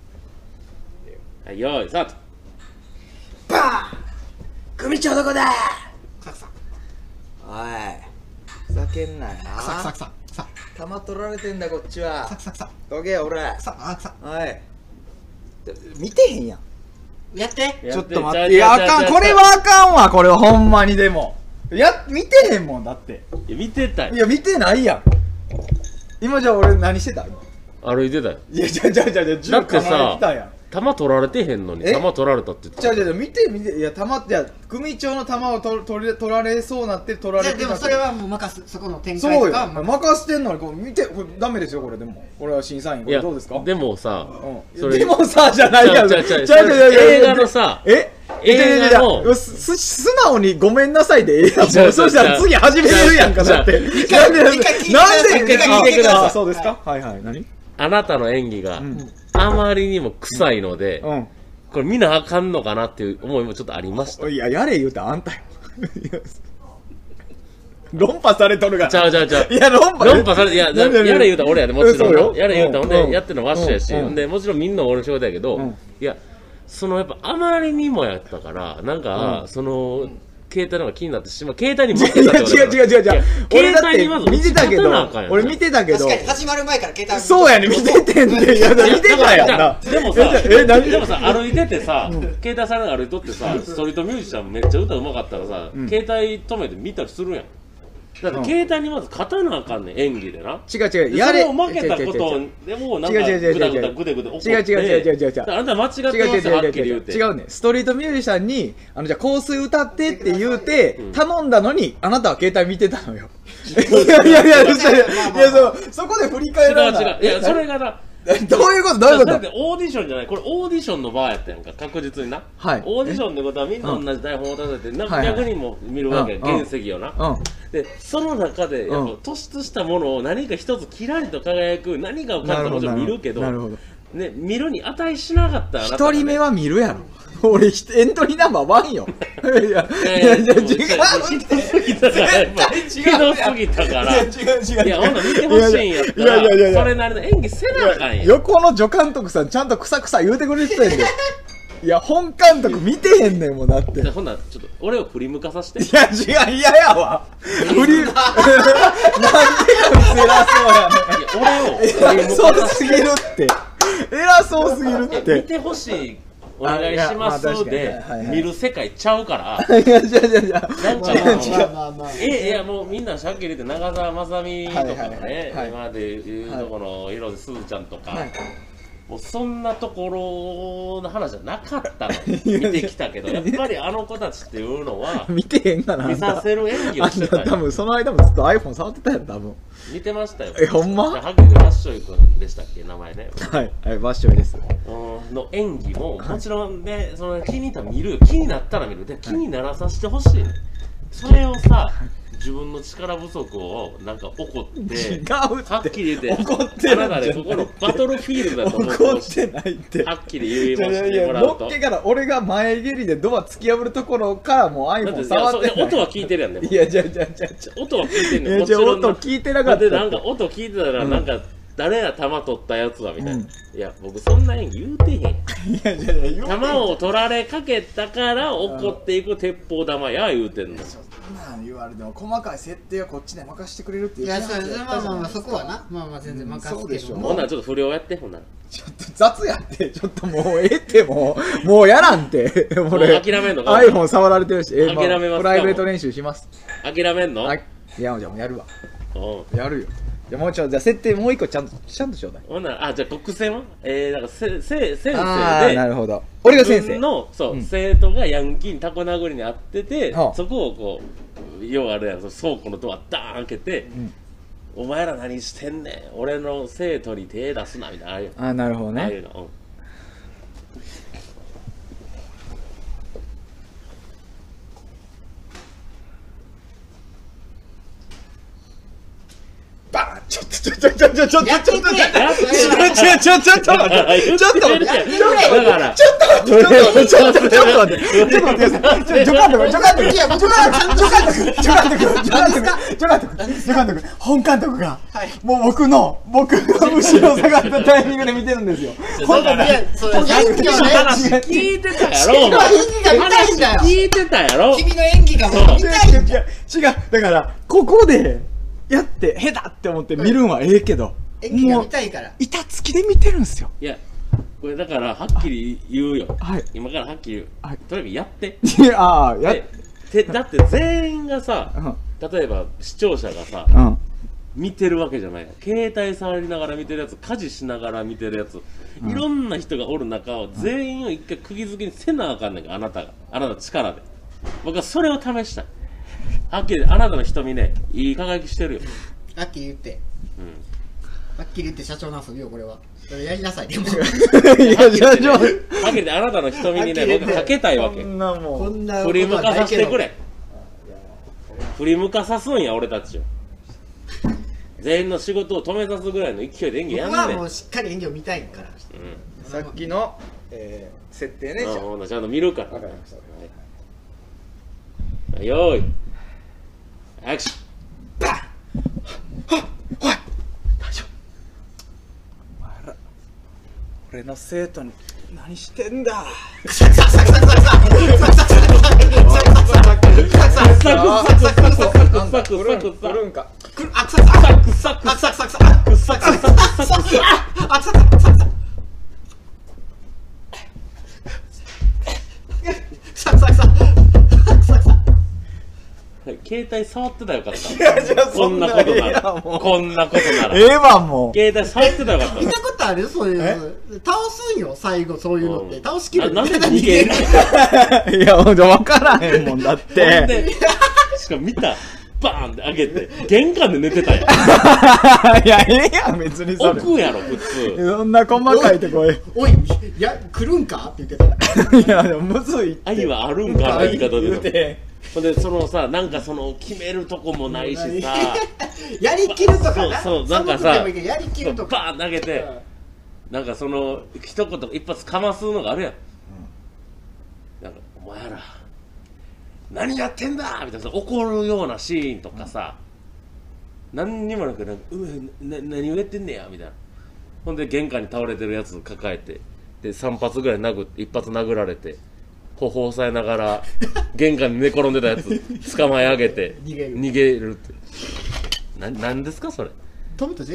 はいよーいスタート。 バーン組長どこだクサクサおいふざけんなよな。 クサクサクサクサ弾取られてんだこっちは。 クサクサどけよ俺。 クサあクサおい見てへんやん。 やってちょっと待って。いやあかんこれはあかんわこれはほんまにでも。いや見てへんもんだって。 いや見てたよいや見てないやん。今じゃあ俺何してた今。 歩いてたよ。 いやじゃじゃじゃじゃ銃構えてたやん。 弾取られてへんのにえ弾取られたって言ってじゃじゃじゃ見て見ていや弾っていや組長の弾を取取れ取られそうなって取られてた。 でもそれはもう任すそこの展開そうよとか任せてんのにこう見てこれダメですよこれでもこれは審査員こいやれどうですか。 でもさうん、 それでもさじゃないやん。 ちゃうちゃうちちゃうちゃうちゃうちゃう映画のさえ映画のいやいやいやす素直にごめんなさいでええやん。 ちゃうちゃうそうしたら次始めれるやんかだって。なんで一回聞いてくださいなんで一回聞いてくださいあそうですかはいはい何あなたの演技がんあまりにも臭いのでうんこれ見なあかんのかなっていう思いもちょっとありました。 いややれ言うたらあんたよ。いや論破されとるがちゃうちゃうちゃういや論破論破されいやや何々 れ言うたら俺やでもちろんそうよやれ言うたらほんうんでやってるのわっしょやしうんほんでもちろんみんな俺の仕事やけどうんいやそのやっぱあまりにもやったからなんかうんその携帯のが気になってしまう携帯に持っいやてたってこと違う違う違う違ういや俺だって携帯にまず見てたけど打ち立てなあかんやん俺見てたけど確かに始まる前から携帯そうやね見ててんでいや見てたやんなでもさ、 え何でもさ、歩いててさ、携帯されながら歩いとってさ、ストリートミュージシャンめっちゃ歌うまかったらさ、 ん携帯止めて見たりするやん。だから携帯にまず勝たなあかんねん、演技でな。 違う違うでやれそれを負けたことでもなんか違う違う違う違うぐだぐだぐでぐで怒って違う違う違う違う違う違うだからあんた間違ってます違う違うよはっ違う違うきり言うて。 違うねストリートミュージシャンにあのじゃあ香水歌ってって言うて頼んだのにあなたは携帯見てたのよいやいやいや嘘やいやそうそこで振り違返らないう違う。いや、それがな、 どういうことどういうことだってオーディションじゃないこれオーディションの場やったやんか確実にな、 はいオーディションってことはみんな同じ台本を出されて、なんかはいはい逆にも見るわけ、 うん原石をな、 うんでその中でやっぱうん突出したものを何か一つキラリと輝く何かを感じたらもちろん見るけどなるほどね、見るに値しなかったあなたがね一人目は見るやろ俺ひエントリーナンバーワンよいやいやいやいやいや違うひどすぎたからやっぱひどすぎたからいや違う違ういやほんなら見てほしいんやったいやいやいやいやらそれなりの演技せなあかんやん横の助監督さんちゃんとクサクサ言うてくれてたんでいや本監督見てへんねんもんだってじゃあほんならちょっと俺を振り向かさせていや違う嫌やわ振りなんでか偉そうやねいや俺を振りん偉向かそうすぎさせてるって偉そうすぎるっいや見ててほしいお願いしますで見る世界ちゃうからいやいやいやいやなんかまあまあまあえいやもうみんなさっき言って長澤まさみとかね、 はいはいはいはい今まで言うとこの広瀬すずちゃんとか、 はいもうそんなところの話じゃなかったの見てきたけどやっぱりあの子たちっていうのは見てへんかな見させる演技をしてたあんた多よ分その間もずっと iPhone 触ってたやろ多分見てましたよえほんまじゃあハゲでワッショイ君でしたっけ名前ねはいはいバッショイですうんの演技ももちろんねその気に入ったら見る気になったら見るで気にならさせてほしいねそれをさ自分の力不足をなんか怒って違うってはっきり言って怒ってるんじゃないあなたねここのバトルフィールドだと思う怒ってないってはっきり言いましいやいやてもらうとのっけから俺が前蹴りでドア突き破るところからもうだって iPhone いやそう触ってない音は聞いてるやんねいやじゃあじゃあじゃあじゃ音は聞いてんねんいやじゃあもちろん音聞いてなかったってでなんか音聞いてたらうんなんか誰や弾取ったやつはみたいな、 うんいや僕そんな演技言うてへんやんあいやいやいや弾を取られかけたから怒っていく鉄砲玉や言うてんのそんなん言われても細かい設定はこっちで任せてくれるっていういやそう話やまあまあまあったじゃないですかそこはなまあまあ全然任せそうでしょけどもほんならちょっと不良やってほんならちょっと雑やってちょっともうええってもうもうやらんって俺もう諦めんのか iPhone 触られてるしえ諦めますかプライベート練習します諦めんの、 あいやじゃあもうやるわうんやるよじゃあもうちょっとじゃあ設定もう一個ちゃんとちゃんとしようだほんならあじゃあ国選はえー、だからせせ先ああな生でるほど俺が先自分生のそう、 うん生徒がヤンキーにタコ殴りにあってて、 はあそこをこう要はあれやんその倉庫のドアダーン開けて、 んお前ら何してんねん俺の生徒に手出すなみたいなああいうああなるほどねああいうの、うんバーンちょっとちょっとちょっとちょっとちょっとちょっとやってちょっとちょっとちょっと待ってちょっと待ってだからちょっと待ってちょっと待ってちょっと待ってちょっと待ってくださいちょちょかんとくちょかんとくいや僕ちょはちゃんとちょかんとくちょかんとくちょかんとくちょかんとくちょかんとく本監督がもう僕の僕の後ろ下がったタイミングで見てるんですよ本だからいやそれさっきの話違う違う聞いてたやろお前君の演技が見たいんだよ聞いてたやろ君の演技がもう見違うたい違う違う違うだからここでやって下手って思って見るんはええけど演技がもう見たいから板付きで見てるんすよいやこれだからはっきり言うよ、 はい今からはっきり言う、 はいとにかくやっていやああやでてだって全員がさ例えば視聴者がさうん見てるわけじゃない携帯触りながら見てるやつ家事しながら見てるやつ、いろんな人がおる中を全員を一回釘付けにせなあかんねんからあなたがあなたの力で僕はそれを試したいはっきりあなたの瞳ねいい輝きしてるよ、 はっきり言ってうん、 はっきり言って社長の遊びよこれはそれやりなさいでもいやじゃあじゃあはっきり言ってあなたの瞳にね僕かけたいわけこんなもんこんな振り向かさせてくれれ振り向かさすんや俺たちを全員の仕事を止めさすぐらいの勢いで演技やんねん僕はもうしっかり演技を見たいからうんさっきの、えー、設定ねじゃあほんならちゃんと見るからわかりましたはいよーいアクションお前ら俺の生徒に何してんだくさくさくさくさくさくさるんかあくさくさくさくあくさくさくさくさくさくさくさあくさくさくさくさ携帯触ってたらよかったいやじゃあこんなことなそんなんいやらもうこんなことならええわもう携帯触ってたらよかった見たことあるそういうの倒すんよ最後そういうのって倒しきるななんで逃げるいやほんと分からへんもんだっほんてでしかも見たバーンって開けて玄関で寝てたやんいやええやん別にそれ置くやろ普通そんな細かいとこへおいや来るんかって言ってたいやでもむずいって愛はあるんかな言い方言うでてほんでそのさなんかその決めるとこもないしさやりきるとかなそうそうなんかさ寒くてもいいけどやりきるとかバーン投げてなんかその一言一発かますのがあるやん、なんかお前ら何やってんだみたいな怒るようなシーンとかさ、何にもなくなんかうな何をやってんねやみたいな。ほんで玄関に倒れてるやつ抱えてでさん発ぐらい殴って一発殴られて頬を押さえながら玄関に寝転んでたやつ捕まえ上げて逃げる逃げるってななんですかそれ。 トムとジェリー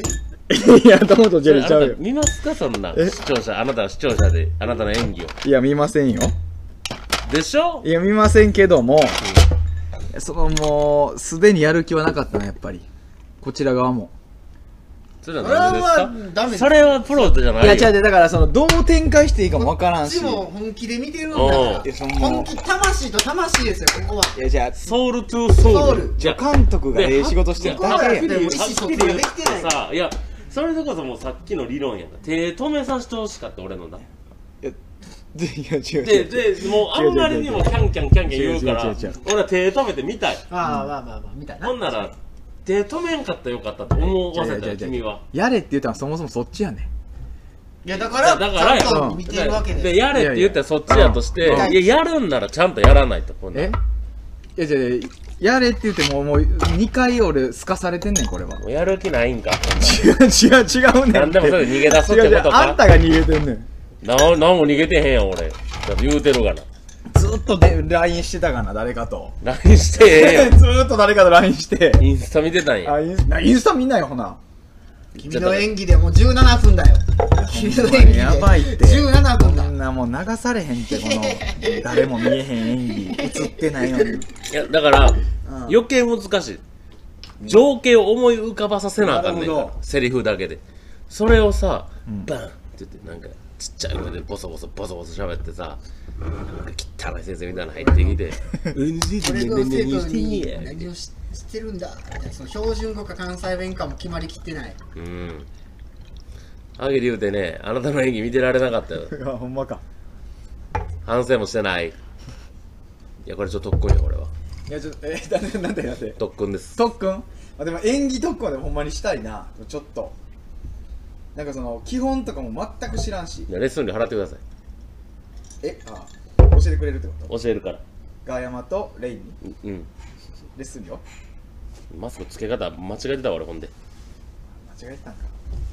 いやトムとジェリーちゃうよ。 見ますかそんな視聴者、あなたは視聴者であなたの演技を。 いや見ませんよ。 でしょ。 いや見ませんけども、うん、そのもうすでにやる気はなかったなやっぱりこちら側も。 それはダメですか。ダメ。それはプロじゃないよ。 いや違う違う、だからそのどう展開していいかもわからんし。 こっちも本気で見てるんだから。本気、魂と魂ですよここは。 いやじゃあソウルトゥーソウル。 じゃあ監督がええ仕事してるだけやん。 でも意思疎通ができてないさ。いやそれでこそもうさっきの理論やんか。手止めさせてほしかった俺のだ。 いやでいや違うででもうあんまりにもキャンキャンキャンキャン言うから俺は手止めてみたい。 ああまあまあまあみたいな。 ほんなら手止めんかったらよかったと思わせたよ君は。 やれって言ったらそもそもそっちやねん。いやだからだからちゃんと見てるわけでやれって言ったらそっちやとして、いややるんならちゃんとやらないと。 えいやじゃやれって言ってももうにかい俺すかされてんねんこれは。 もうやる気ないんか。 違う違う違うねん。 なんでもそれで逃げ出すってことか。 あんたが逃げてんねん。 ななんも逃げてへんやん俺。言うてるがな。 ずっとで ライン してたかな誰かと。 ライン してええやん。 ずーっと誰かと ライン して。 インスタ見てたんや。 あインスタインスタ見んなよほな。 君の演技でもうじゅうななふんだよ。君の演技でやばいってじゅうななふんだ。 こんなもう流されへんってこの誰も見えへん演技映ってないのに。 いやだから、うん、余計難しい。情景を思い浮かばさせなあかんねんからセリフだけで。それをさ、うん、バンって言ってなんかちっちゃい声でボソボソボソボソ喋ってさ、なんか汚い先生みたいなの入ってきてうんじじで何して何をしてるんだみたいな。その標準語か関西弁かも決まりきってない。 うんあげり言うてね、あなたの演技見てられなかったよ。 いやほんまか。 反省もしてない。いやこれちょっと特訓よこれは。 いやちょっとえなんでなんでなんで特訓です。 特訓あでも演技特訓はでもほんまにしたいな。ちょっとなんかその基本とかも全く知らんし。 いやレッスン料払ってください。 えあ教えてくれるってこと。 教えるから。 ガヤマとレイにうんレッスン料。 マスクつけ方間違えてた俺ほんで。 間違えてたんか。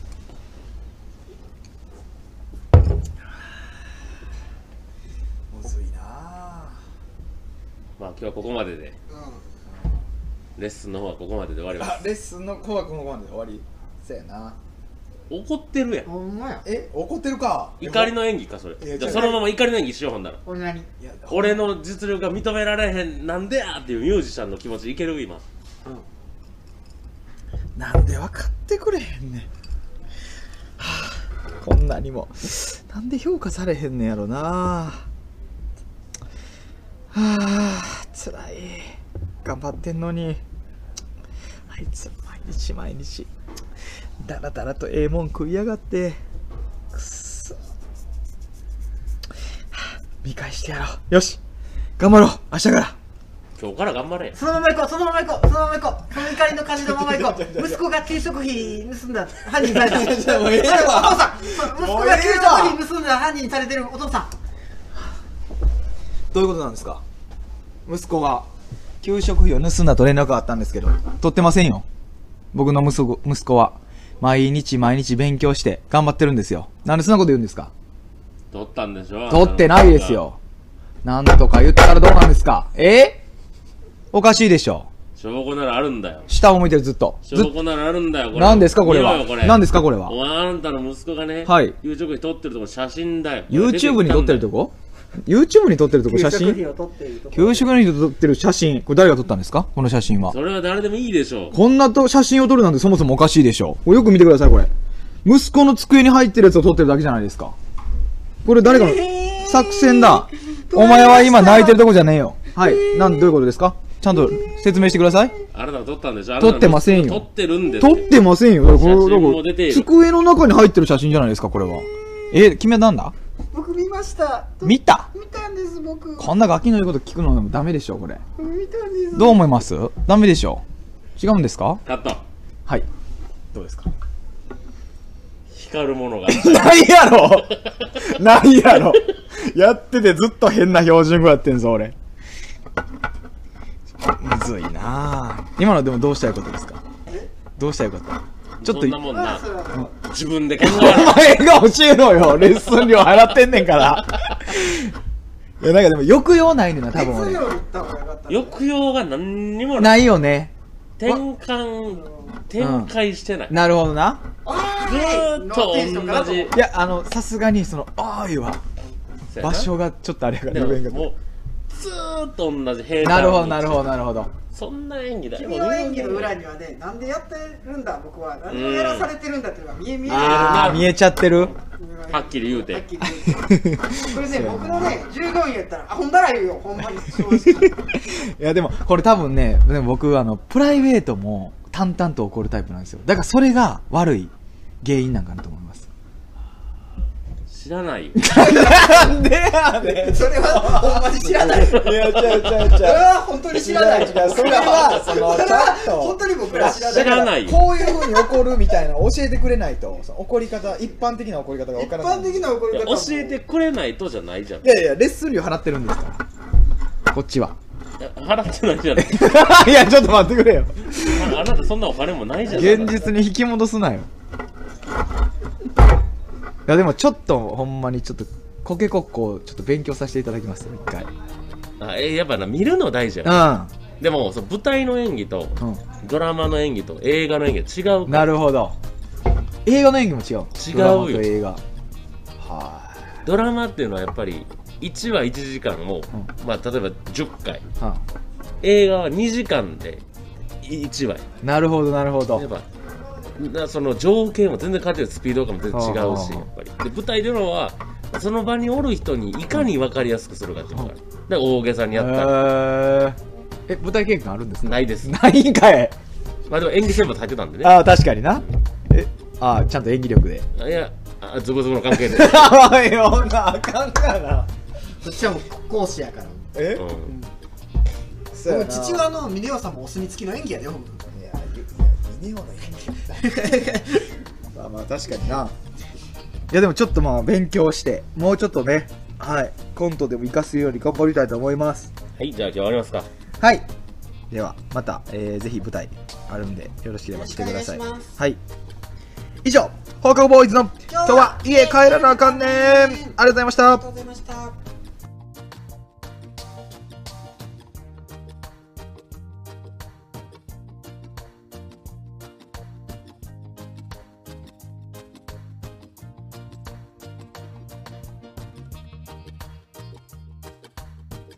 むずいなあ。 まあ今日はここまでで、うん、レッスンの方はここまでで終わります。 あレッスンの方はここまでで終わり。そうやな。 怒ってるやん。 ほんまや。 え怒ってるか。 怒りの演技かそれ。じゃあそのまま怒りの演技しようほんなら。 俺何俺の実力が認められへんなんでやっていうミュージシャンの気持ちいける今。 うん、なんで分かってくれへんねん。はあ、こんなにもなんで評価されへんねんやろな。はあつらい。頑張ってんのにあいつ毎日毎日だらだらとええもん食いやがって。くっそ、はあ、見返してやろう。よし頑張ろう明日から。 今日から頑張れ。 そのまま行こうそのまま行こうそのまま行こう。その怒りの感じのまま行こう。息子が給食費盗んだ犯人された。お父さん息子が給食費盗んだ犯人されてるお父さん。 どういうことなんですか。息子が給食費を盗んだと連絡があったんですけど取ってませんよ。僕の息子息子は毎日毎日勉強して頑張ってるんですよ。なんでそんなこと言うんですか。 取ったんでしょ。 取ってないですよ。なんとか言ったらどうなんですか。えー、おかしいでしょ。 証拠ならあるんだよ。 下を向いてるずっと。 証拠ならあるんだよこれ。 何ですかこれは。何ですかこれは。 お前あんたの息子がね、 はい、 YouTube に撮ってるとこ写真だよ。 YouTube に撮ってるとこ YouTube に撮ってるとこ写真。給食費を撮ってる写真。これ誰が撮ったんですかこの写真は。 それは誰でもいいでしょう。 こんなと写真を撮るなんてそもそもおかしいでしょ。これよく見てくださいこれ。息子の机に入ってるやつを撮ってるだけじゃないですか。これ誰かの作戦だ。お前は今泣いてるとこじゃねえよ。はい。なんどういうことですか。ちゃんと説明してください。 あなたが撮ったんでしょ。 撮ってませんよ。 撮ってるんです。 撮ってませんよ。これ机の中に入ってる写真じゃないですかこれは。え、君はなんだ。 僕見ました。 見た。 見たんです僕。 こんなガキの言うこと聞くのもダメでしょこれ。 見たんです。 どう思います。ダメでしょ。違うんですか。 カット。 はい。どうですか。 光るものがないやろないやろやっててずっと変な標準語やってんぞ俺。むずいなぁ。今のでもどうしたいことですか。どうしたいこと。ちょっとそんなもんな、うん、自分で考える。 お前が教えろよ。レッスン料払ってんねんからいやなんかでも抑揚ないねんな多分俺。 抑揚が何にもない。 ないよね。 転換展開してない、 なるほどな。 ずーっと同じ。 いや、あのさすがにそのあーいは場所がちょっとあれやからでも言えんかったもうずーっと同じ平なるほどなるほどなるほど。 そんな演技だよ。 君の演技の裏にはね、なんでやってるんだ僕は、何をやらされてるんだっていうのが見え見えあー見えちゃってる。 はっきり言うてはっきり言うてこれね、僕のね従業員やったらあほんだら言うよ、ほんまに正直。 いやでもこれ多分ね、でも僕あのプライベートも淡々と怒るタイプなんですよ。だからそれが悪い原因なんかなと思います。 知らないよ。 なんでやねん。 それはほんまに知らない。 いや違う違う違う。 それは本当に知らない。 違う違うそれはそのそれちゃんとは本当に僕ら知らない。 知らないよ。 こういう風に怒るみたいなの教えてくれないと、その怒り方、一般的な怒り方が分一からない。 般的な怒り方いや教えてくれないとじゃないじゃん。 いやいやレッスン料払ってるんですからこっちは。 いや払ってないじゃない。 いやちょっと待ってくれよ。 ああなたそんなお金もないじゃない。 現実に引き戻すなよ。いやでもちょっとほんまにちょっとコケコッコをちょっと勉強させていただきます一回。 あえやっぱな見るの大事や。 うでもその舞台の演技とん、うドラマの演技と映画の演技は違うん、 から。 なるほど。映画の演技も違う。 違うよドラマと映画。はドラマっていうのはやっぱりいちわいちじかんを、 うまあ例えばじゅっかい、 い。は映画はにじかんでいちわい。 い。なるほどなるほどやっ。ぱなその情景も全然変わってる、スピード感も全然違うし、 はあはあやっぱりで舞台でのはその場におる人にいかに分かりやすくするかっていうのがある。だから大げさにやったらえー、え舞台経験あるんですか？ ないです。 ないんかい。 まあでも演技選抜入ってたんでね。 ああ確かにな。えああちゃんと演技力で。 いやあズブズブの関係で、 おいよなあかんかな。 そっちはもう講師やから。 えうんそうやな父親の峰夫さんもお墨付きの演技やで、ほんま。 いやミネオのまあまあ確かにな。いやでもちょっとまあ勉強してもうちょっとね、はいコントでも活かすように頑張りたいと思います。 はいじゃあ今日終わりますか。 はいではまた、えー、ぜひ舞台あるんでよろしければ来てください。 よろしくお願いしますはい以上放課後ボーイズの今日は家帰らなあかんねん。ありがとうございました。 ありがとうございました。